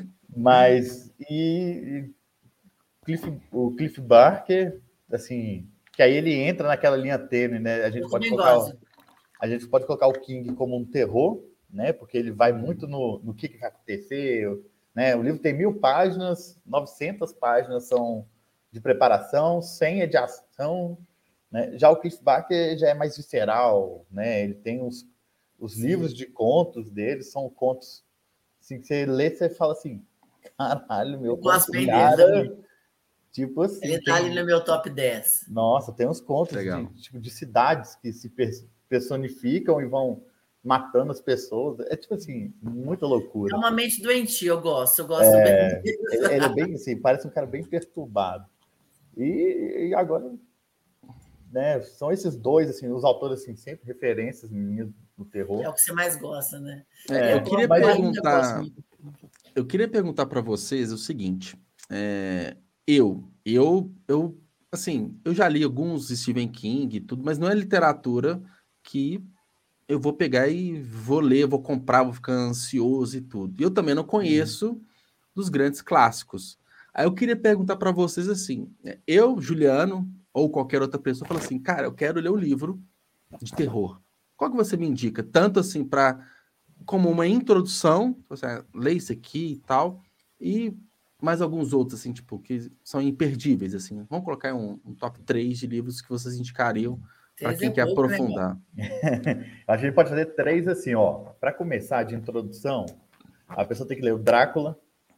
Mas e, e Cliff, o Cliff Barker, assim, que aí ele entra naquela linha tênue, né? A gente Eu pode também colocar, o- gosto. a gente pode colocar o King como um terror, né? Porque ele vai muito no, no que, que vai acontecer, né? O livro tem mil páginas, novecentas páginas são de preparação, cem é de ação, né? Já o Cliff Barker já é mais visceral, né? Ele tem os, os livros de contos dele, são contos assim, que você lê, você fala assim, caralho, meu Eu gosto conto, bem cara, dele também. tipo assim, Ele tá tem- ali no meu top dez. nossa, tem uns contos de, Legal. tipo, de cidades que se per- personificam e vão matando as pessoas. É tipo assim, muita É loucura. uma mente doentia, eu gosto. Eu gosto bem dele. Ele, ele é bem assim, parece um cara bem perturbado. E, e agora, né, são esses dois, assim, os autores, assim, sempre referências minhas no terror. É o que você mais gosta, né? É, É, eu queria mas- perguntar, eu queria perguntar para vocês o seguinte: é, eu, eu, eu, assim, eu já li alguns Stephen King e tudo, mas não é literatura que eu vou pegar e vou ler, vou comprar, vou ficar ansioso e tudo. E eu também não conheço dos grandes clássicos. Aí eu queria perguntar para vocês assim: é, eu, Juliano, ou qualquer outra pessoa, fala assim, cara, eu quero ler um livro de terror. Qual que você me indica? Tanto assim para como uma introdução, você lê isso aqui e tal, e mais alguns outros, assim, tipo, que são imperdíveis, assim. Vamos colocar um, um top três de livros que vocês indicariam para Três quem é quer pouco, né, aprofundar. A gente pode fazer três assim, ó. Para começar de introdução, a pessoa tem que ler o Drácula,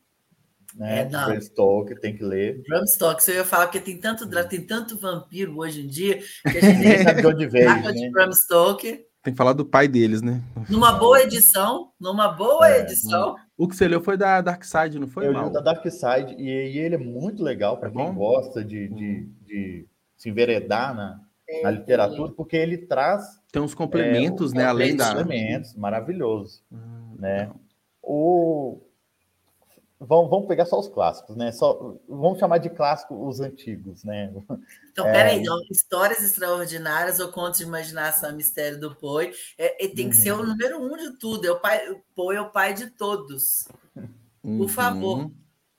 né? É, não. Bram Stoker tem que ler. Bram Stoker, eu ia falar, porque tem tanto, dra- tem tanto vampiro hoje em dia que a gente Ninguém tem sabe de onde veio, Drácula de né? Bram Stoker. Tem que falar do pai deles, né? Numa boa edição, numa boa É. edição. O que você leu foi da Dark Side, não foi, Eu mal? li o da Dark Side e, e ele é muito legal para É quem bom? gosta de, de, de se enveredar na, na É, literatura, porque ele traz Tem uns complementos, né? Além da... elementos maravilhosos, Hum, né? legal. O... Vamos, vamos pegar só os clássicos, né? Só, vamos chamar de clássico os antigos, né? Então, peraí, não, Histórias Extraordinárias ou Contos de Imaginação, Mistério do Poe, é, é, tem que ser o número um de tudo. É o, pai, o Poe é o pai de todos. Por favor. Uhum.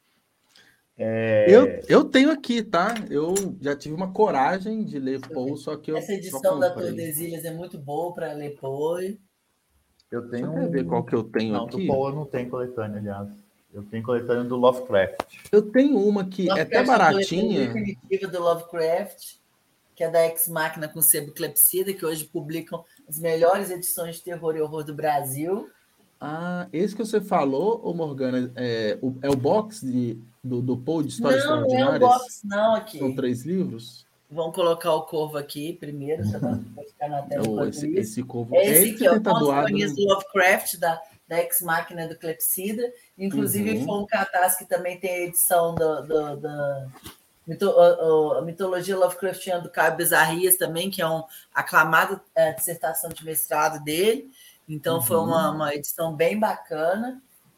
Eu, eu tenho aqui, tá? Eu já tive uma coragem de ler Poe, só que eu Essa só edição da comprei. Tordesilhas é muito boa para ler Poe. Eu tenho Deixa eu ver um... qual que eu tenho Não, aqui. do Poe eu não tenho coletânea, aliás. Eu tenho coletânea do Lovecraft. Eu tenho uma que é até Lovecraft é a baratinha. coletânea definitiva do Lovecraft, que é da Ex Machina com sebo Clepsida, que hoje publicam as melhores edições de terror e horror do Brasil. Ah, esse que você falou, ô Morgana, é o, é o box de, do, do Poe de Histórias Não, Extraordinárias? Não, é o box, não, aqui. São três livros? Vamos colocar o Corvo aqui primeiro, só para ficar na tela oh, enquanto esse, isso. esse Corvo é esse é aqui, ó, Contos Crônicas do Lovecraft, da, da Ex-Máquina do Clepsida. Inclusive, uhum. foi um cartaz que também tem a edição do, do, da mito, a, a mitologia Lovecraftiana do Caio Bezarrias também, que é uma aclamada é, dissertação de mestrado dele. Então, uhum. foi uma, uma edição bem bacana.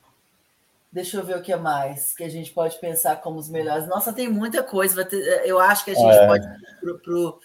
Deixa eu ver o que mais que a gente pode pensar como os melhores. Nossa, tem muita coisa. Vai ter, eu acho que a gente é. pode ir pro, pro,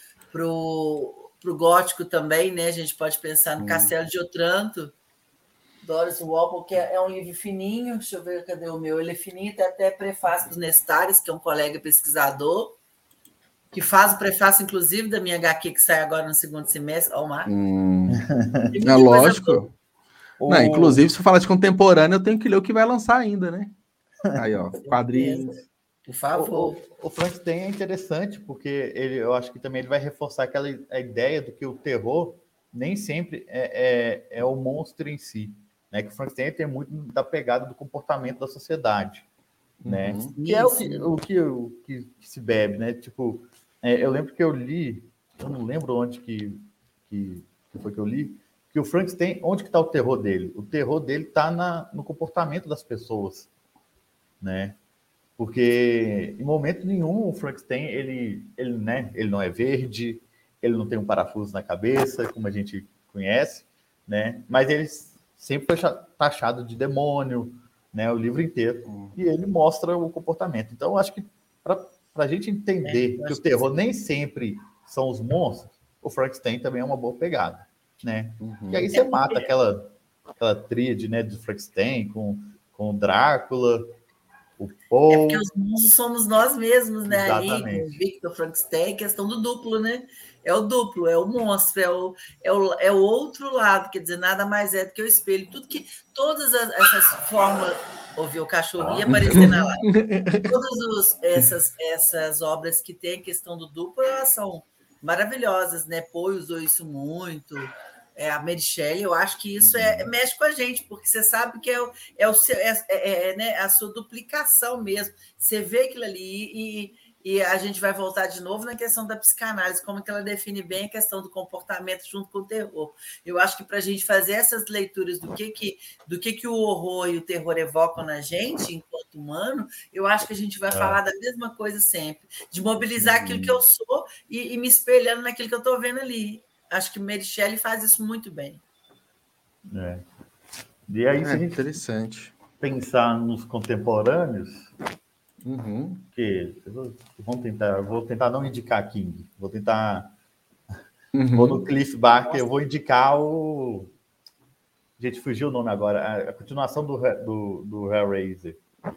pro, pro gótico também, né? A gente pode pensar no hum. Castelo de Otranto, Doris Walpole, que é um livro fininho. Deixa eu ver, cadê o meu? Ele é fininho, tem até prefácio dos Nestares, que é um colega pesquisador, que faz o prefácio, inclusive, da minha H Q, que sai agora no segundo semestre. Ó, Marco. Hum. É lógico. Não, o... Inclusive, se falar de contemporâneo, eu tenho que ler o que vai lançar ainda, né? Aí, ó, quadrinhos. Por favor. O, o, o Frankenstein é interessante, porque ele, eu acho que também ele vai reforçar aquela a ideia do que o terror nem sempre é, é, é o monstro em si, né? Que o Frankenstein tem muito da pegada do comportamento da sociedade, uhum. né? Que é o que, o, que, o que, que se bebe, né? Tipo, é, eu lembro que eu li, eu não lembro onde que, que, que foi que eu li, que o Frankenstein, onde que está o terror dele? O terror dele está no comportamento das pessoas, né? Porque em momento nenhum o Frankenstein, ele, ele, né, ele não é verde, ele não tem um parafuso na cabeça, como a gente conhece, né? Mas ele sempre foi taxado de demônio, né? O livro inteiro. Hum. E ele mostra o comportamento. Então, eu acho que para a gente entender é, que o terror que nem sempre são os monstros, o Frankenstein também é uma boa pegada. Né? Uhum. E aí você mata aquela, aquela tríade, né, de Frankenstein com, com o Drácula, o Poe. É porque os monstros somos nós mesmos, né? Exatamente. Ali, o Victor Frankenstein, questão do duplo, né? É o duplo, é o monstro, é o, é o, é o outro lado, quer dizer, nada mais é do que o espelho. Tudo que, todas as, essas formas, ouviu o cachorro ia aparecer na live. Todas os, essas, essas obras que tem a questão do duplo, elas são maravilhosas, né? Poe usou isso muito. É, a Mary Shelley, eu acho que isso é, mexe com a gente, porque você sabe que é, o, é, o, é, é, é né, a sua duplicação mesmo. Você vê aquilo ali e, e a gente vai voltar de novo na questão da psicanálise, como que ela define bem a questão do comportamento junto com o terror. Eu acho que para a gente fazer essas leituras do que, que, do que, que o horror e o terror evocam na gente, enquanto humano, eu acho que a gente vai é. falar da mesma coisa sempre, de mobilizar uhum. aquilo que eu sou e, e me espelhando naquilo que eu estou vendo ali. Acho que Mary Shelley faz isso muito bem. É. E aí, se é, a gente interessante. pensar nos contemporâneos, uhum. que vamos tentar, vou tentar não indicar King, vou tentar, uhum. vou no Cliff Barker, eu vou indicar o, gente, fugiu o nome agora, a, a continuação do, do, do Hellraiser.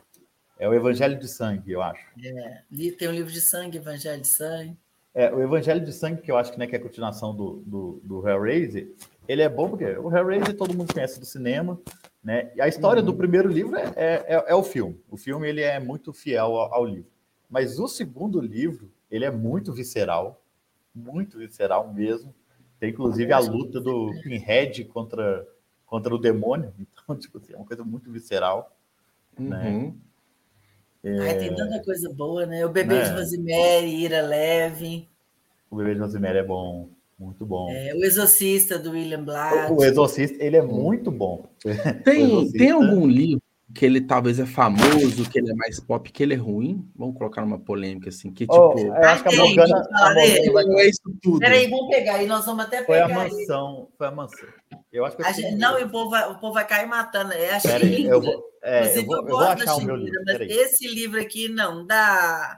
É o Evangelho de Sangue, eu acho. É, tem um livro de sangue, Evangelho de Sangue. É, o Evangelho de Sangue, que eu acho que, né, que é a continuação do, do, do Hellraiser, ele é bom porque o Hellraiser todo mundo conhece do cinema, né? E a história uhum. do primeiro livro é, é, é o filme. O filme ele é muito fiel ao, ao livro. Mas o segundo livro, ele é muito visceral, muito visceral mesmo. Tem, inclusive, a luta do Pinhead contra, contra o demônio. Então, tipo assim, é uma coisa muito visceral, uhum. né? É... Ai, tem tanta coisa boa, né? O Bebê né? de Rosemary, Ira Levin. O Bebê de Rosemary é bom, muito bom. É, o Exorcista, do William Blatt. O, o Exorcista, ele é muito bom. Tem, tem algum livro que ele talvez é famoso, que ele é mais pop, que ele é ruim? Vamos colocar numa polêmica assim, que tipo... Oh, eu acho que a Morgana... A Morgana vai... Não é isso tudo. Peraí, vamos pegar aí, nós vamos até pegar. Foi a mansão, foi a mansão. Eu acho que eu gente, não, e o povo, vai, o povo vai cair matando. É a Peraí, eu vou, é, eu vou, eu vou achar o meu livro. Mas esse livro aqui não dá.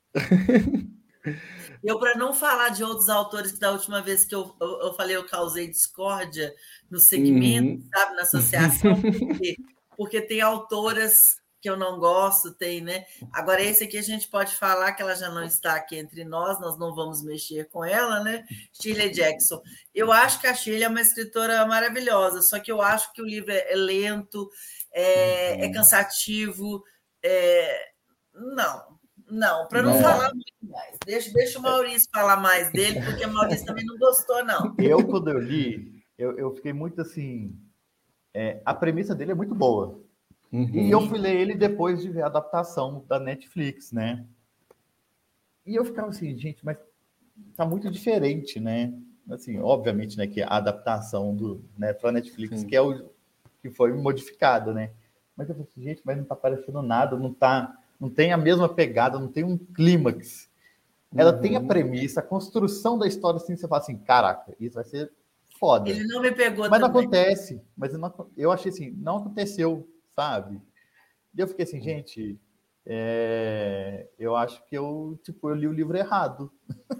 Eu, para não falar de outros autores, que da última vez que eu, eu, eu falei, eu causei discórdia no segmento, uhum. sabe, na associação, porque, porque tem autoras que eu não gosto, tem, né? Agora, esse aqui a gente pode falar que ela já não está aqui entre nós, nós não vamos mexer com ela, né? Shirley Jackson. Eu acho que a Shirley é uma escritora maravilhosa, só que eu acho que o livro é lento, é, uhum. é cansativo, é... não, não, para não, não falar muito mais. Deixa, deixa o Maurício falar mais dele, porque o Maurício também não gostou, não. Eu, quando eu li, eu, eu fiquei muito assim... é, a premissa dele é muito boa. Uhum. E eu fui ler ele depois de ver a adaptação da Netflix, né? E eu ficava assim, gente, mas tá muito diferente, né? Assim, obviamente, né, que a adaptação do, né, para Netflix, Sim. que é o que foi modificado, né? Mas eu falei assim, gente, mas não tá aparecendo nada, não tá, não tem a mesma pegada, não tem um clímax. Ela Uhum. tem a premissa, a construção da história, assim, você fala assim, caraca, isso vai ser foda. Ele não me pegou Mas não também. acontece. Mas eu, não, eu achei assim, não aconteceu, sabe? E eu fiquei assim, gente, é, eu acho que eu, tipo, eu li o livro errado.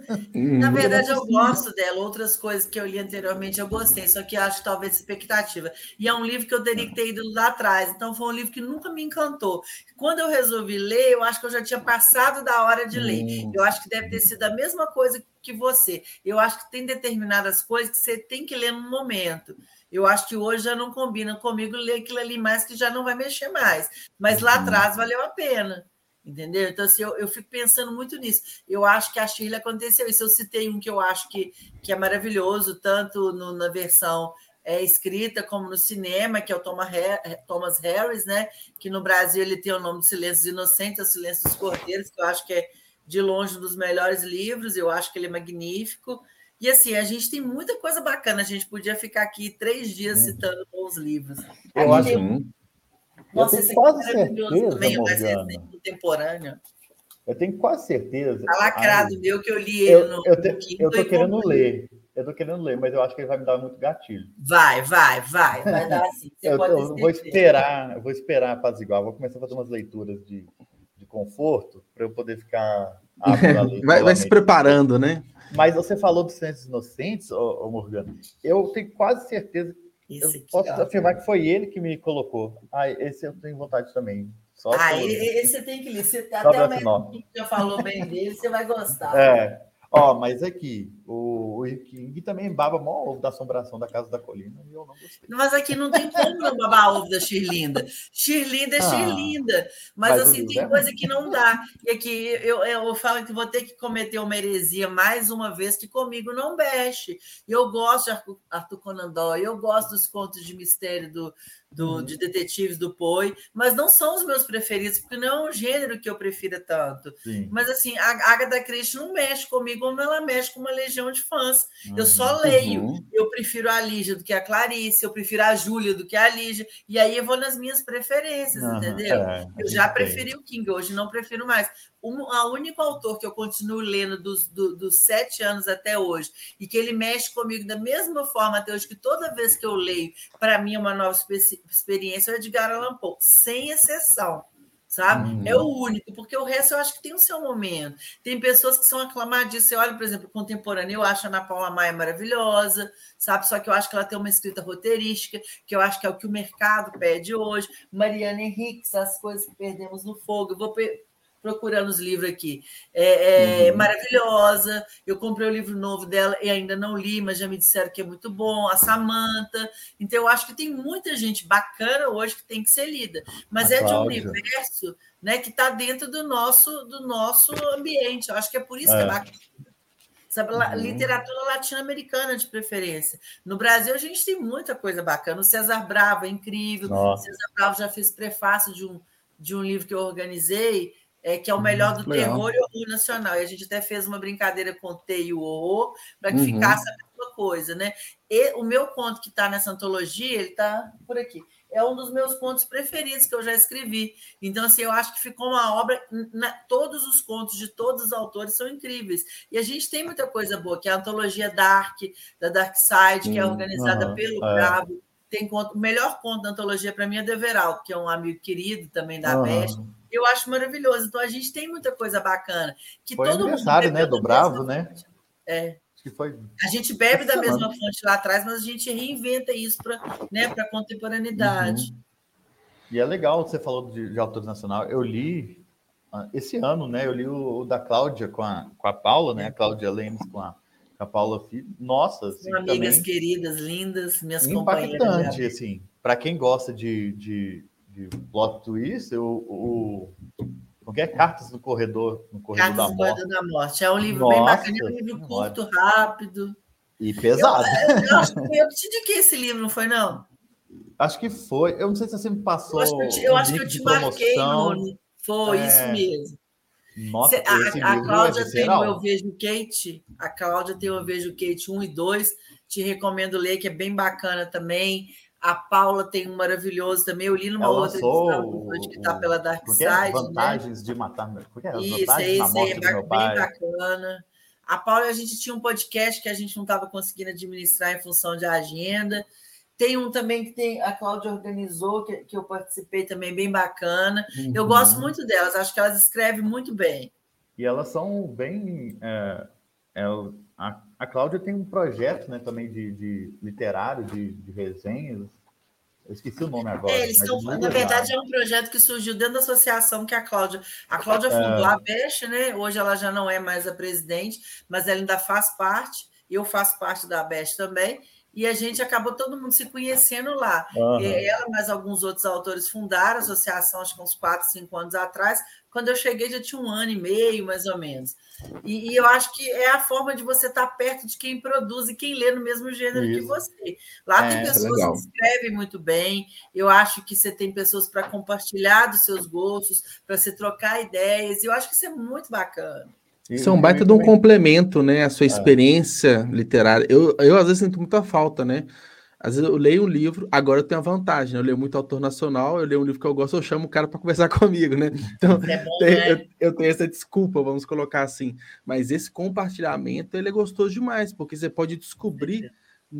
Na Porque não é verdade, eu possível. gosto dela. Outras coisas que eu li anteriormente eu gostei, só que acho que talvez expectativa. E é um livro que eu teria que ter ido lá atrás. Então, foi um livro que nunca me encantou. Quando eu resolvi ler, eu acho que eu já tinha passado da hora de ler. Hum. Eu acho que deve ter sido a mesma coisa que você. Eu acho que tem determinadas coisas que você tem que ler no momento. Eu acho que hoje já não combina comigo ler aquilo ali mais, que já não vai mexer mais. Mas lá atrás valeu a pena. Entendeu? Então, assim, eu, eu fico pensando muito nisso. Eu acho que a Shirley aconteceu isso. Eu citei um que eu acho que, que é maravilhoso, tanto no, na versão é, escrita como no cinema, que é o Thomas Harris, né? Que no Brasil ele tem o nome de Silêncios Inocentes, O Silêncio dos Cordeiros, que eu acho que é de longe um dos melhores livros, eu acho que ele é magnífico. E assim, a gente tem muita coisa bacana, a gente podia ficar aqui três dias citando bons livros. Eu Aqui acho. tem... Eu Nossa, tenho esse quase aqui é maravilhoso certeza, também, é mais Morgana. recente, contemporâneo. Eu tenho quase certeza. Tá lacrado, Ai, meu, que eu li ele eu, no, eu, no te, Kindle eu tô e querendo comprei. ler. Eu tô querendo ler, mas eu acho que ele vai me dar muito gatilho. Vai, vai, vai. Vai dar assim. Você eu pode tô, ter vou certeza. esperar, eu vou esperar apaziguar. Vou começar a fazer umas leituras de, de conforto para eu poder ficar apto a ler. Vai, vai se preparando, né? Mas você falou dos Silêncios Inocentes, ô, ô Morgana. Eu tenho quase certeza. Esse eu aqui, posso ó. afirmar que foi ele que me colocou. Ah, esse eu tenho vontade também. Só Ah, pelo- esse você tem que ler. Você, Só até pra o assinar. Mestre já falou bem dele, você vai gostar. É. Ó, mas aqui, o, o King também baba mó ovo da assombração da Casa da Colina e eu não gostei. Mas aqui não tem como não babar ovo da Shirlinda. Shirlinda é Ah, Shirlinda. Mas, mas o assim, livro tem é coisa ruim. que não dá. E aqui eu, eu falo que vou ter que cometer uma heresia mais uma vez, que comigo não mexe. Eu gosto de Arthur, Arthur Conan Doyle, eu gosto dos contos de mistério do, do, Uhum. de detetives do Poe, mas não são os meus preferidos, porque não é um gênero que eu prefira tanto. Sim. Mas, assim, a Agatha Christie não mexe comigo como ela mexe com uma legião de fãs. Uhum. Eu só leio. Uhum. Eu prefiro a Lígia do que a Clarice, eu prefiro a Júlia do que a Lígia, e aí eu vou nas minhas preferências, Uhum. entendeu? É, eu já preferi o King, hoje não prefiro mais. O um, único autor que eu continuo lendo dos, do, dos sete anos até hoje, e que ele mexe comigo da mesma forma até hoje, que toda vez que eu leio, para mim é uma nova experiência, é o Edgar Allan Poe, sem exceção. Sabe? Uhum. É o único, porque o resto eu acho que tem o seu momento. Tem pessoas que são aclamadíssimas. Você olha, por exemplo, contemporânea, eu acho a Ana Paula Maia maravilhosa, sabe? Só que eu acho que ela tem uma escrita roteirística, que eu acho que é o que o mercado pede hoje. Mariana Henriques, As Coisas que Perdemos no Fogo. Eu vou pe... procurando os livros aqui. É, é uhum. maravilhosa. Eu comprei o livro novo dela e ainda não li, mas já me disseram que é muito bom. A Samantha. Então, eu acho que tem muita gente bacana hoje que tem que ser lida. Mas a é Cláudia. De um universo, né, que está dentro do nosso, do nosso ambiente. Eu acho que é por isso é. que é bacana. Sabe, uhum. Literatura latino-americana, de preferência. No Brasil, a gente tem muita coisa bacana. O César Bravo é incrível. Nossa. O César Bravo já fez prefácio de um, de um livro que eu organizei, É, que é o melhor do Legal. Terror e horror nacional. E a gente até fez uma brincadeira com o T e o horror para que uhum. ficasse a mesma coisa, né? E o meu conto que está nessa antologia, ele está por aqui. É um dos meus contos preferidos que eu já escrevi. Então, assim, eu acho que ficou uma obra... Na, todos os contos de todos os autores são incríveis. E a gente tem muita coisa boa, que é a antologia Dark, da Dark Side, hum, que é organizada uhum, pelo é. Bravo. Tem conto, o melhor conto da antologia, para mim, é do Everaldo, que é um amigo querido também da Best. Uhum. Eu acho maravilhoso. Então, a gente tem muita coisa bacana. Que foi todo aniversário, mundo né? Do Bravo, né? Fonte. É. Acho que foi... A gente bebe da mesma fonte lá atrás, mas a gente reinventa isso para, né, para a contemporaneidade. Uhum. E é legal, você falou de, de autores nacionais. Eu li, esse ano, né? Eu li o, o da Cláudia com a, com a Paula, né? A Cláudia Lemes com a, com a Paula Filho. Nossa, assim, amigas também queridas, lindas, minhas impactante, companheiras. Impactante, assim. Para quem gosta de... de de plot twist, o, o, o que é Cartas no Corredor, no Corredor Cartas da no Morte. Corredor da Morte. É um livro Nossa, bem bacana, é um livro curto, rápido. E pesado. Eu, eu, eu acho que eu te indiquei esse livro, não foi, não? Acho que foi. Eu não sei se você me passou. Eu acho que eu te, eu um acho que eu link te de marquei promoção. no. Foi É, isso mesmo. Nossa, Cê- a, esse a livro é Cláudia tem o Eu visceral. Vejo Kate. A Cláudia tem o Eu Vejo Kate um e dois. Te recomendo ler, que é bem bacana também. A Paula tem um maravilhoso também. Eu li numa Ela outra edição lançou que está o, pela o Dark porque é Side, né? Vantagens de Matar meu, porque é as Isso, é Vantagens na isso aí, é Morte do ba- Meu bem Pai. bacana. A Paula, a gente tinha um podcast que a gente não estava conseguindo administrar em função de agenda. Tem um também que tem, a Cláudia organizou, que, que eu participei também, bem bacana. Uhum. Eu gosto muito delas, acho que elas escrevem muito bem. E elas são bem. É, é, a, a Cláudia tem um projeto, né, também de, de literário, de, de resenhas. Eu esqueci o nome agora. É, eles mas estão, é muito na legal. verdade, é um projeto que surgiu dentro da associação que a Cláudia. A Cláudia fundou a Abest, né? Hoje ela já não é mais a presidente, mas ela ainda faz parte. Eu faço parte da Abest também. E a gente acabou todo mundo se conhecendo lá. Uhum. Ela, mais alguns outros autores fundaram a associação, acho que uns quatro, cinco anos atrás. Quando eu cheguei, já tinha um ano e meio, mais ou menos. E, e eu acho que é a forma de você estar perto de quem produz e quem lê no mesmo gênero Isso. que você. Lá É, tem pessoas legal. que escrevem muito bem. Eu acho que você tem pessoas para compartilhar dos seus gostos, para você trocar ideias. E eu acho que isso é muito bacana. Isso é um baita de um complemento, né? A sua experiência é. literária. Eu, eu, às vezes, sinto muita falta, né? Às vezes eu leio um livro, agora eu tenho a vantagem, né? Eu leio muito autor nacional, eu leio um livro que eu gosto, eu chamo o cara para conversar comigo, né? Então, é bom, tem, né? eu, eu tenho essa desculpa, vamos colocar assim. Mas esse compartilhamento, ele é gostoso demais, porque você pode descobrir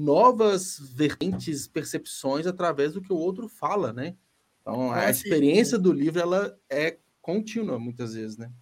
novas vertentes, percepções através do que o outro fala, né? Então, a experiência do livro, ela é contínua, muitas vezes, né?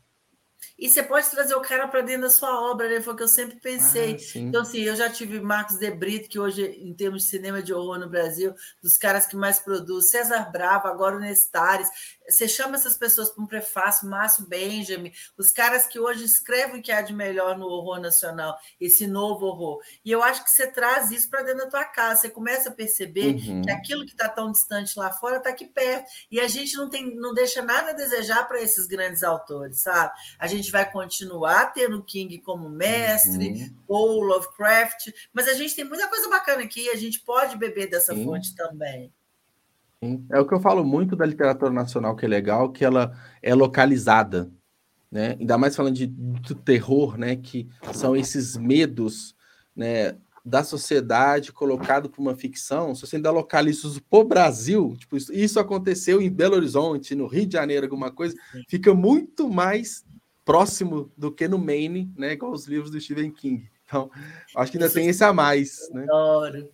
E você pode trazer o cara para dentro da sua obra, né? Foi o que eu sempre pensei. Ah, então, assim, eu já tive Marcos de Brito, que hoje, em termos de cinema de horror no Brasil, dos caras que mais produz, César Bravo, agora o Nestares. Você chama essas pessoas para um prefácio, Márcio Benjamin, os caras que hoje escrevem o que há de melhor no horror nacional, esse novo horror. E eu acho que você traz isso para dentro da tua casa. Você começa a perceber uhum. que aquilo que está tão distante lá fora está aqui perto. E a gente não, tem, não deixa nada a desejar para esses grandes autores, sabe? A gente vai continuar tendo King como mestre, uhum. ou Lovecraft, mas a gente tem muita coisa bacana aqui, a gente pode beber dessa Sim. fonte também. Sim. É o que eu falo muito da literatura nacional, que é legal, que ela é localizada, né? Ainda mais falando de, do terror, né? Que são esses medos, né? Da sociedade colocado por uma ficção. Se você ainda localiza isso pro Brasil, tipo, isso, isso aconteceu em Belo Horizonte, no Rio de Janeiro, alguma coisa, fica muito mais próximo do que no Maine, né? Igual os livros do Stephen King. Então, acho que ainda isso tem esse a mais, né? Adoro.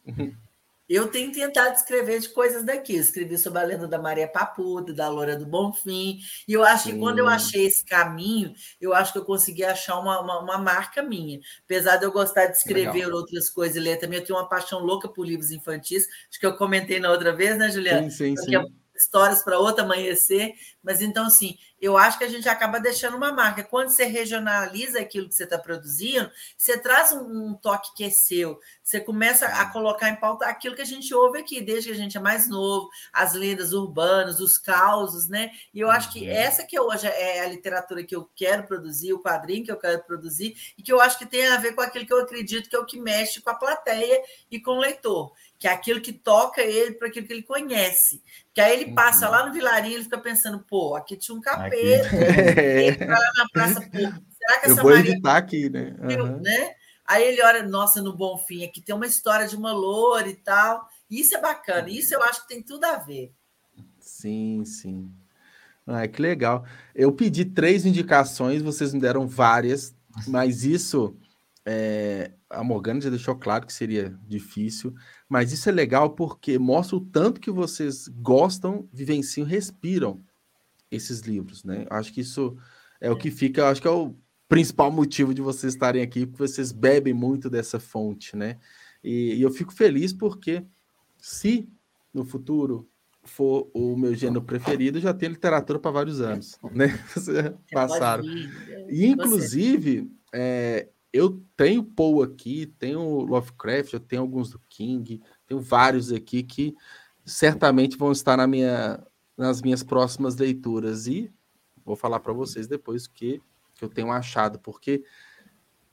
Eu tenho tentado escrever de coisas daqui. Eu escrevi sobre a lenda da Maria Papuda, da Loura do Bonfim. E eu acho Sim. que quando eu achei esse caminho, eu acho que eu consegui achar uma, uma, uma marca minha. Apesar de eu gostar de escrever Legal. outras coisas e ler também, eu tenho uma paixão louca por livros infantis. Acho que eu comentei na outra vez, né, Juliana? Sim, sim, sim. Histórias para outro amanhecer, mas então, assim, eu acho que a gente acaba deixando uma marca. Quando você regionaliza aquilo que você está produzindo, você traz um, um toque que é seu, você começa a colocar em pauta aquilo que a gente ouve aqui, desde que a gente é mais novo, as lendas urbanas, os causos, né? E eu acho que essa que hoje é a literatura que eu quero produzir, o quadrinho que eu quero produzir, e que eu acho que tem a ver com aquilo que eu acredito que é o que mexe com a plateia e com o leitor, que é aquilo que toca ele para aquilo que ele conhece. Que aí ele passa uhum. lá no Vilarinho, ele fica pensando, pô, aqui tinha um capeta, ele vai lá na praça, pô, será que essa Eu vou Maria... editar aqui, né? Uhum. né? Aí ele olha, nossa, no Bonfim, aqui tem uma história de uma loura e tal. Isso é bacana, isso eu acho que tem tudo a ver. Sim, sim. Ah, que legal. Eu pedi três indicações, vocês me deram várias, mas isso... É, a Morgana já deixou claro que seria difícil, mas isso é legal porque mostra o tanto que vocês gostam, vivenciam, respiram esses livros, né? Acho que isso é o que fica, acho que é o principal motivo de vocês estarem aqui, porque vocês bebem muito dessa fonte, né? E, e eu fico feliz porque se no futuro for o meu gênero preferido, já tem literatura para vários anos, né? Vocês passaram. E, inclusive, é, eu tenho Poe aqui, tenho Lovecraft, eu tenho alguns do King, tenho vários aqui que certamente vão estar na minha, nas minhas próximas leituras. E vou falar para vocês depois o que, que eu tenho achado, porque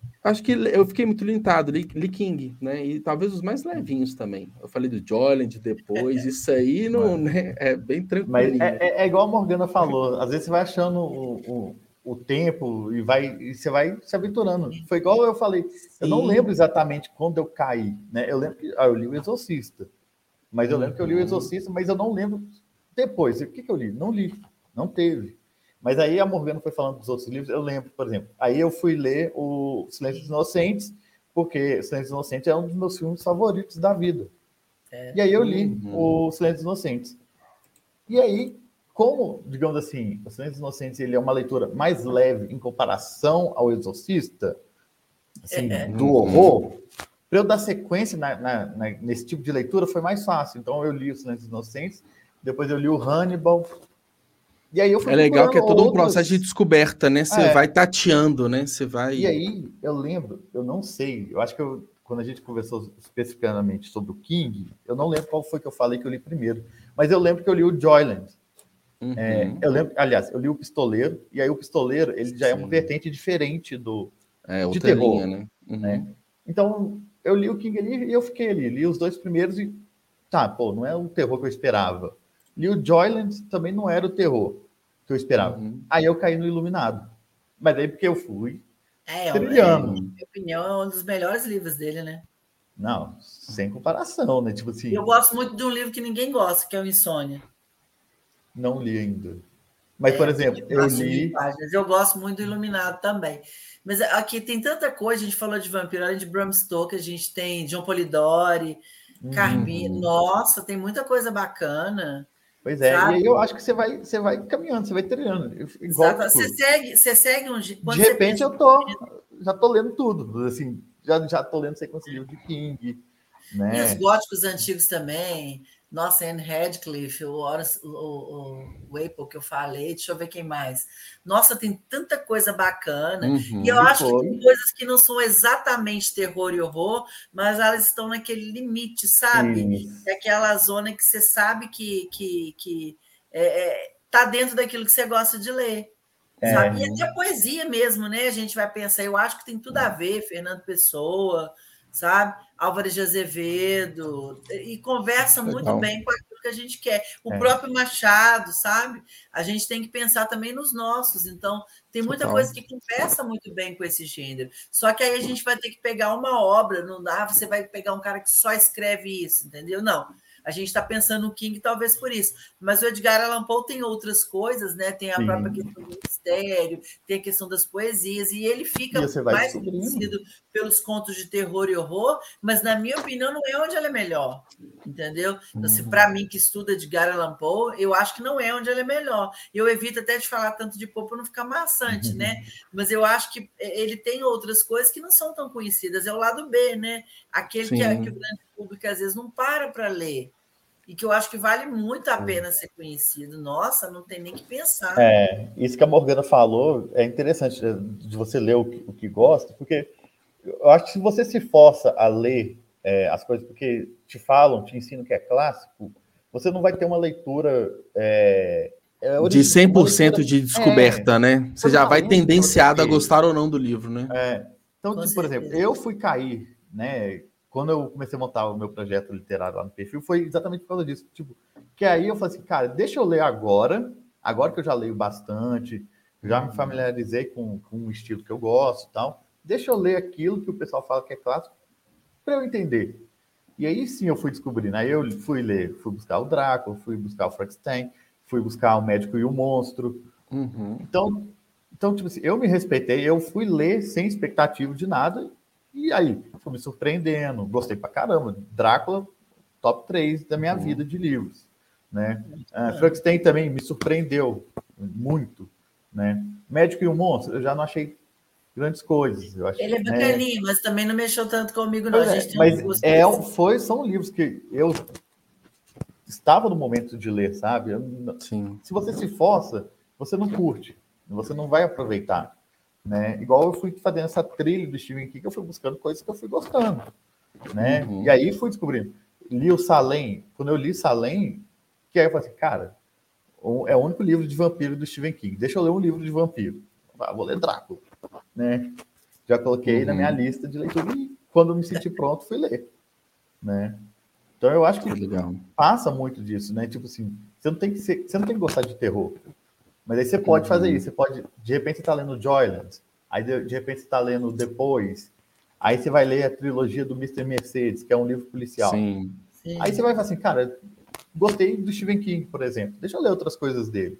Acho que eu fiquei muito limitado, li, li King, né? E talvez os mais levinhos também. Eu falei do Joyland depois, isso aí não, né? É bem tranquilinho. Mas é, é, é igual a Morgana falou, às vezes você vai achando o, o, o tempo e, vai, e você vai se aventurando. Foi igual eu falei, Sim. eu não lembro exatamente quando eu caí, né? Eu lembro que ah, eu li o Exorcista, mas eu lembro que eu li o Exorcista, mas eu não lembro depois. O que, que eu li? Não li, não teve. Mas aí a Morgana foi falando dos outros livros, eu lembro, por exemplo, aí eu fui ler o Silêncio dos Inocentes, porque o Silêncio dos Inocentes é um dos meus filmes favoritos da vida. É. E aí eu li uhum. o Silêncio dos Inocentes. E aí, como, digamos assim, o Silêncio dos Inocentes ele é uma leitura mais leve em comparação ao Exorcista, assim, é. do horror, para eu dar sequência na, na, na, nesse tipo de leitura foi mais fácil. Então eu li o Silêncio dos Inocentes, depois eu li o Hannibal. E aí eu fui é legal que é todo outros... um processo de descoberta, né? Você é. vai tateando, né? Você vai. E aí eu lembro, eu não sei, eu acho que eu, quando a gente conversou especificamente sobre o King, eu não lembro qual foi que eu falei que eu li primeiro, mas eu lembro que eu li o Joyland. Uhum. É, eu lembro, aliás, eu li o Pistoleiro, e aí o Pistoleiro ele já Sim. é uma vertente diferente do é, de terror, linha, né? Uhum. né? Então eu li o King ali e eu fiquei ali, li os dois primeiros e tá, pô, não é o terror que eu esperava. Li o Joyland, também não era o terror que eu esperava. Uhum. Aí eu caí no Iluminado. Mas aí porque eu fui é, trilhando. É, na minha opinião, é um dos melhores livros dele, né? Não, sem comparação, né? Tipo assim... Eu gosto muito de um livro que ninguém gosta, que é o Insônia. Não li ainda. Mas, é, por exemplo, eu li... Páginas. Eu gosto muito do Iluminado também. Mas aqui tem tanta coisa, a gente falou de vampiro, além de Bram Stoker, a gente tem John Polidori, uhum. Carmine. Nossa, tem muita coisa bacana. Pois é, sabe? E aí eu acho que você vai, você vai caminhando, você vai trilhando. Igual, tipo, você segue, você segue um... De repente eu tô, já tô lendo tudo, assim, já, já tô lendo sequência de livro de King, né? E os góticos antigos também, nossa, Anne Radcliffe, o, Horace, o, o, o Apple que eu falei, deixa eu ver quem mais. Nossa, tem tanta coisa bacana. Uhum, e eu acho foi. que tem coisas que não são exatamente terror e horror, mas elas estão naquele limite, sabe? É aquela zona que você sabe que, que, que é, é, tá dentro daquilo que você gosta de ler. É. Sabe? E até a poesia mesmo, né? A gente vai pensar, eu acho que tem tudo a ver, Fernando Pessoa, sabe? Álvares de Azevedo, e conversa muito Legal. bem com aquilo que a gente quer. O é. próprio Machado, sabe? A gente tem que pensar também nos nossos. Então, tem muita Legal. coisa que conversa muito bem com esse gênero. Só que aí a gente vai ter que pegar uma obra, não dá, você vai pegar um cara que só escreve isso, entendeu? Não. A gente está pensando no King, talvez por isso. Mas o Edgar Allan Poe tem outras coisas, né? Tem a Sim. própria questão do mistério, tem a questão das poesias, e ele fica e mais conhecido pelos contos de terror e horror, mas, na minha opinião, não é onde ela é melhor. Entendeu? Então, se para mim, que estuda Edgar Allan Poe, eu acho que não é onde ela é melhor. Eu evito até de falar tanto de Poe para não ficar maçante, uhum. né? Mas eu acho que ele tem outras coisas que não são tão conhecidas. É o lado B, né? Aquele que, que o grande público, às vezes, não para para ler. E que eu acho que vale muito a pena ser conhecido. Nossa, não tem nem que pensar. É, isso que a Morgana falou é interessante de você ler o que, o que gosta, porque eu acho que se você se força a ler é, as coisas porque te falam, te ensinam que é clássico, você não vai ter uma leitura... É, é de cem por cento leitura, de descoberta, é, né? Você já vai tendenciado a gostar ou não do livro, né? É, então, tipo, por exemplo, eu fui cair, né... Quando eu comecei a montar o meu projeto literário lá no perfil, foi exatamente por causa disso. Tipo, que aí eu falei assim, cara, deixa eu ler agora, agora que eu já leio bastante, já me familiarizei com, com um estilo que eu gosto e tal, deixa eu ler aquilo que o pessoal fala que é clássico, para eu entender. E aí sim eu fui descobrindo. Aí eu fui ler, fui buscar o Drácula, fui buscar o Frankenstein, fui buscar o Médico e o Monstro. Uhum. Então, então, tipo assim, eu me respeitei, eu fui ler sem expectativa de nada. E aí, fui me surpreendendo, gostei pra caramba. Drácula, top três da minha uhum. vida de livros, né? Uh, Frankenstein também me surpreendeu muito, né? Médico e o Monstro, eu já não achei grandes coisas. Eu achei, Ele é bacaninho, né? Mas também não mexeu tanto comigo, não. Pois a gente é, mas um é, foi, são livros que eu estava no momento de ler, sabe? Eu, Sim. Se você se força, você não curte, você não vai aproveitar. Né? Igual eu fui fazendo essa trilha do Stephen King, eu fui buscando coisas que eu fui gostando, né? Uhum. E aí fui descobrindo. Li o Salem, quando eu li Salem, que aí eu falei assim, cara, é o único livro de vampiro do Stephen King. Deixa eu ler um livro de vampiro. Ah, vou ler Drácula, né? já coloquei Uhum. na minha lista de leitura e quando eu me senti pronto, fui ler, né? Então eu acho que, Que legal. passa muito disso, né? Tipo assim, você não tem que ser, você não tem que gostar de terror, mas aí você pode Uhum. fazer isso, você pode, de repente você tá lendo Joyland, aí de, de repente você tá lendo Depois, aí você vai ler a trilogia do mister Mercedes, que é um livro policial. Sim. Sim. Aí você vai falar assim, cara, gostei do Stephen King, por exemplo, deixa eu ler outras coisas dele.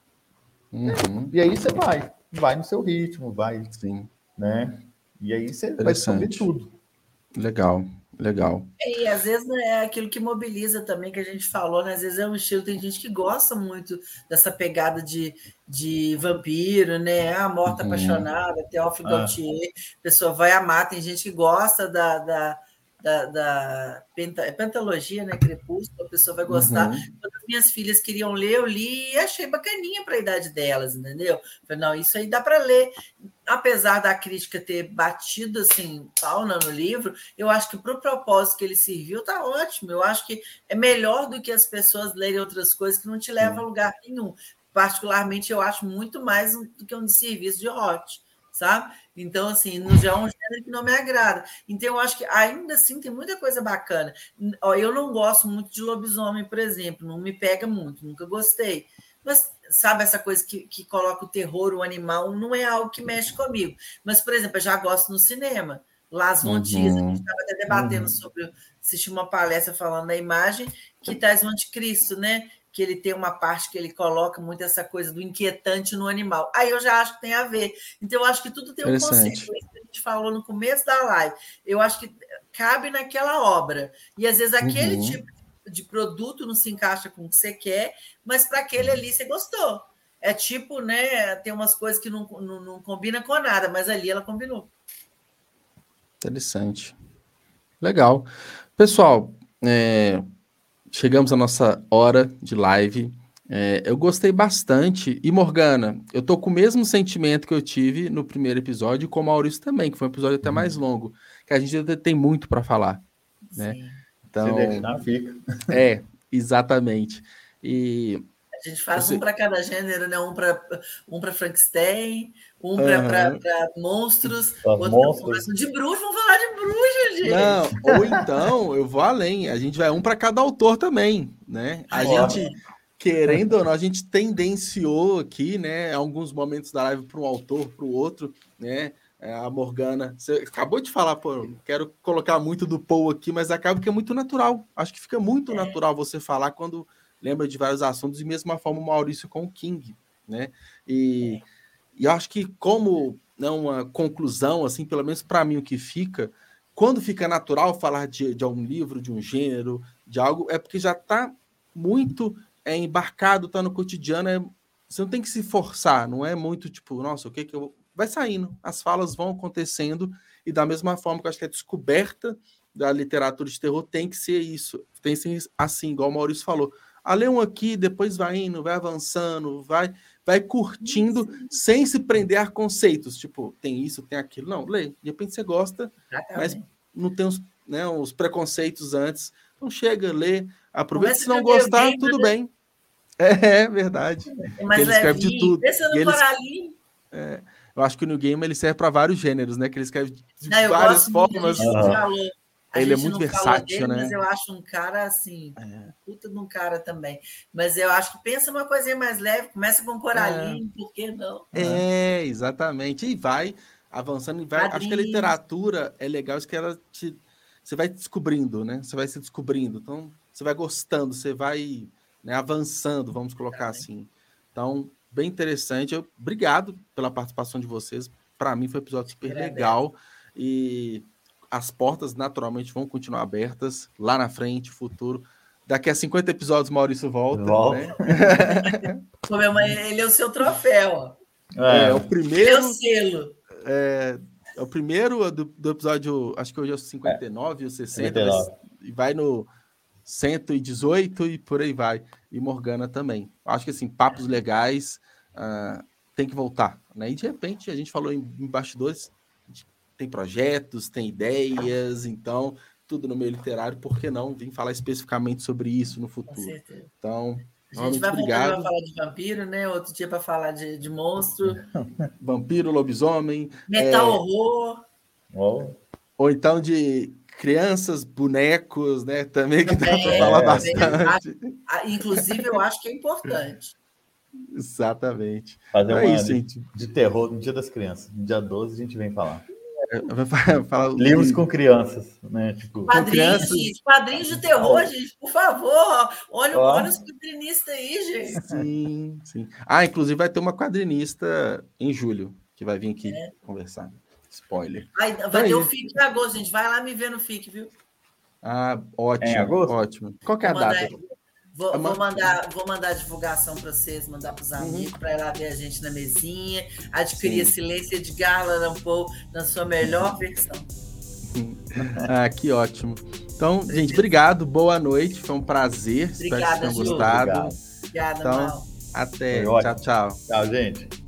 Uhum. E aí você vai, vai no seu ritmo, vai, Sim. né? E aí você vai descobrir Interessante. tudo. Legal, legal. E às vezes né, é aquilo que mobiliza também, que a gente falou, né? Às vezes é um estilo, tem gente que gosta muito dessa pegada de, de vampiro, né? A Morta Uhum. Apaixonada, Théophile Ah. Gautier, a pessoa vai amar, tem gente que gosta da, da, da, da penta, pentalogia, né? Crepúsculo, a pessoa vai gostar. Uhum. Quando as minhas filhas queriam ler, eu li e achei bacaninha para a idade delas, entendeu? Falei, não, isso aí dá para ler. Apesar da crítica ter batido assim, fauna no livro, eu acho que para o propósito que ele serviu, tá ótimo. Eu acho que é melhor do que as pessoas lerem outras coisas que não te levam a lugar nenhum. Particularmente, eu acho muito mais do que um serviço de hot, sabe? Então, assim, já é um gênero que não me agrada. Então, eu acho que ainda assim tem muita coisa bacana. Eu não gosto muito de lobisomem, por exemplo, não me pega muito, nunca gostei. Mas, sabe, essa coisa que, que coloca o terror, o animal, não é algo que mexe comigo. Mas, por exemplo, eu já gosto no cinema. Las von Trier, Uhum. a gente estava até debatendo Uhum. sobre... Assisti uma palestra falando da imagem que traz o anticristo, né? Que ele tem uma parte que ele coloca muito essa coisa do inquietante no animal. Aí eu já acho que tem a ver. Então, eu acho que tudo tem um conceito. Isso que a gente falou no começo da live. Eu acho que cabe naquela obra. E, às vezes, aquele Uhum. tipo de produto não se encaixa com o que você quer, mas para aquele ali você gostou. É tipo, né? Tem umas coisas que não, não, não combinam com nada, mas ali ela combinou. Interessante. Legal. Pessoal, é, chegamos à nossa hora de live. É, eu gostei bastante. E, Morgana, eu tô com o mesmo sentimento que eu tive no primeiro episódio, e com o Maurício também, que foi um episódio até mais longo, que a gente ainda tem muito para falar, né? Sim. Se Então, deixar, fica. é, exatamente. E A gente faz você- um para cada gênero, né? Um para um para Frankenstein, um para Aham. monstros, Os outro monstros. para de bruxa. Vamos falar de bruxa, gente. Não, ou então eu vou além, a gente vai um para cada autor também, né? A Ó. gente, querendo ou não, a gente tendenciou aqui, né, alguns momentos da live para um autor, para o outro, né? É, a Morgana, você acabou de falar, pô, não quero colocar muito do Poe aqui, mas acaba que é muito natural. Acho que fica muito natural você falar quando lembra de vários assuntos, e mesma forma o Maurício com o King, né? E, e eu acho que como não uma conclusão, assim, pelo menos para mim o que fica, quando fica natural falar de, de um livro, de um gênero, de algo, é porque já está muito é, embarcado, está no cotidiano, é, você não tem que se forçar, não é muito tipo, nossa, o que que eu... Vai saindo, as falas vão acontecendo, e da mesma forma que eu acho que a descoberta da literatura de terror tem que ser isso, tem que ser assim, igual o Maurício falou. A ler um aqui, depois vai indo, vai avançando, vai, vai curtindo, sem se prender a conceitos, tipo, tem isso, tem aquilo. Não, lê, de repente você gosta, mas não tem os, né, os preconceitos antes. Então chega, lê, aproveita, se não gostar, tudo bem. É, é verdade. Mas ele escreve de tudo. Pensa no ele, Coraline. É, eu acho que o New Game ele serve para vários gêneros, né? Que ele escreve de não, várias formas. Muito, a gente não falou. A ele gente é muito não versátil, falou dele, né? Mas eu acho um cara assim, é. puta de um cara também. Mas eu acho que pensa numa coisinha mais leve, começa com Coraline, é. Por que não? É, exatamente. E vai avançando e vai. Madrid. Acho que a literatura é legal, isso que ela te. Você vai descobrindo, né? Você vai se descobrindo. Então, você vai gostando, você vai, né, avançando, vamos colocar assim. Então, bem interessante. Eu, obrigado pela participação de vocês. Para mim foi um episódio super legal. E as portas, naturalmente, vão continuar abertas lá na frente, futuro. Daqui a cinquenta episódios, Maurício volta. Volta. Né? Ele é o seu troféu. É, é o primeiro. Ele é o selo. É, é o primeiro do, do episódio, acho que hoje é o cinquenta e nove, é. ou sessenta, cinquenta e nove. Mas, e vai no cento e dezoito e por aí vai. E Morgana também. Acho que, assim, papos legais uh, tem que voltar, né? E, de repente, a gente falou em, em bastidores, tem projetos, tem ideias, então, tudo no meio literário, por que não vir falar especificamente sobre isso no futuro? Então, A gente vai voltar para falar de vampiro, né? Outro dia para falar de, de monstro. Vampiro, lobisomem. Metal é... horror. Oh. Ou então de crianças, bonecos, né? Também que dá é, para falar bastante. A, inclusive, eu acho que é importante. Exatamente. Fazer uma é isso, de, gente. de terror no Dia das Crianças. No dia doze a gente vem falar. É, falar livros com crianças, né? Tipo, quadrinhos, crianças... gente, quadrinhos de terror, gente, por favor. Olha, oh. olha os quadrinistas aí, gente. Sim, sim. Ah, inclusive vai ter uma quadrinista em julho, que vai vir aqui é. conversar. Spoiler. Vai, vai então, ter o F I C em agosto, gente. Vai lá me ver no F I C, viu? Ah, ótimo. É ótimo. Qual que é a mandar, data? Vou, vou, mandar, vou mandar a divulgação para vocês, mandar para os amigos, uhum. para ir lá ver a gente na mesinha, adquirir Sim. a Silêncio de Edgar Allan Poe na sua melhor versão. Ah, que ótimo. Então, gente, obrigado, boa noite, foi um prazer. Obrigada, espero que vocês tenham gostado. Obrigada, então, Mal. Até, tchau, tchau. Tchau, gente.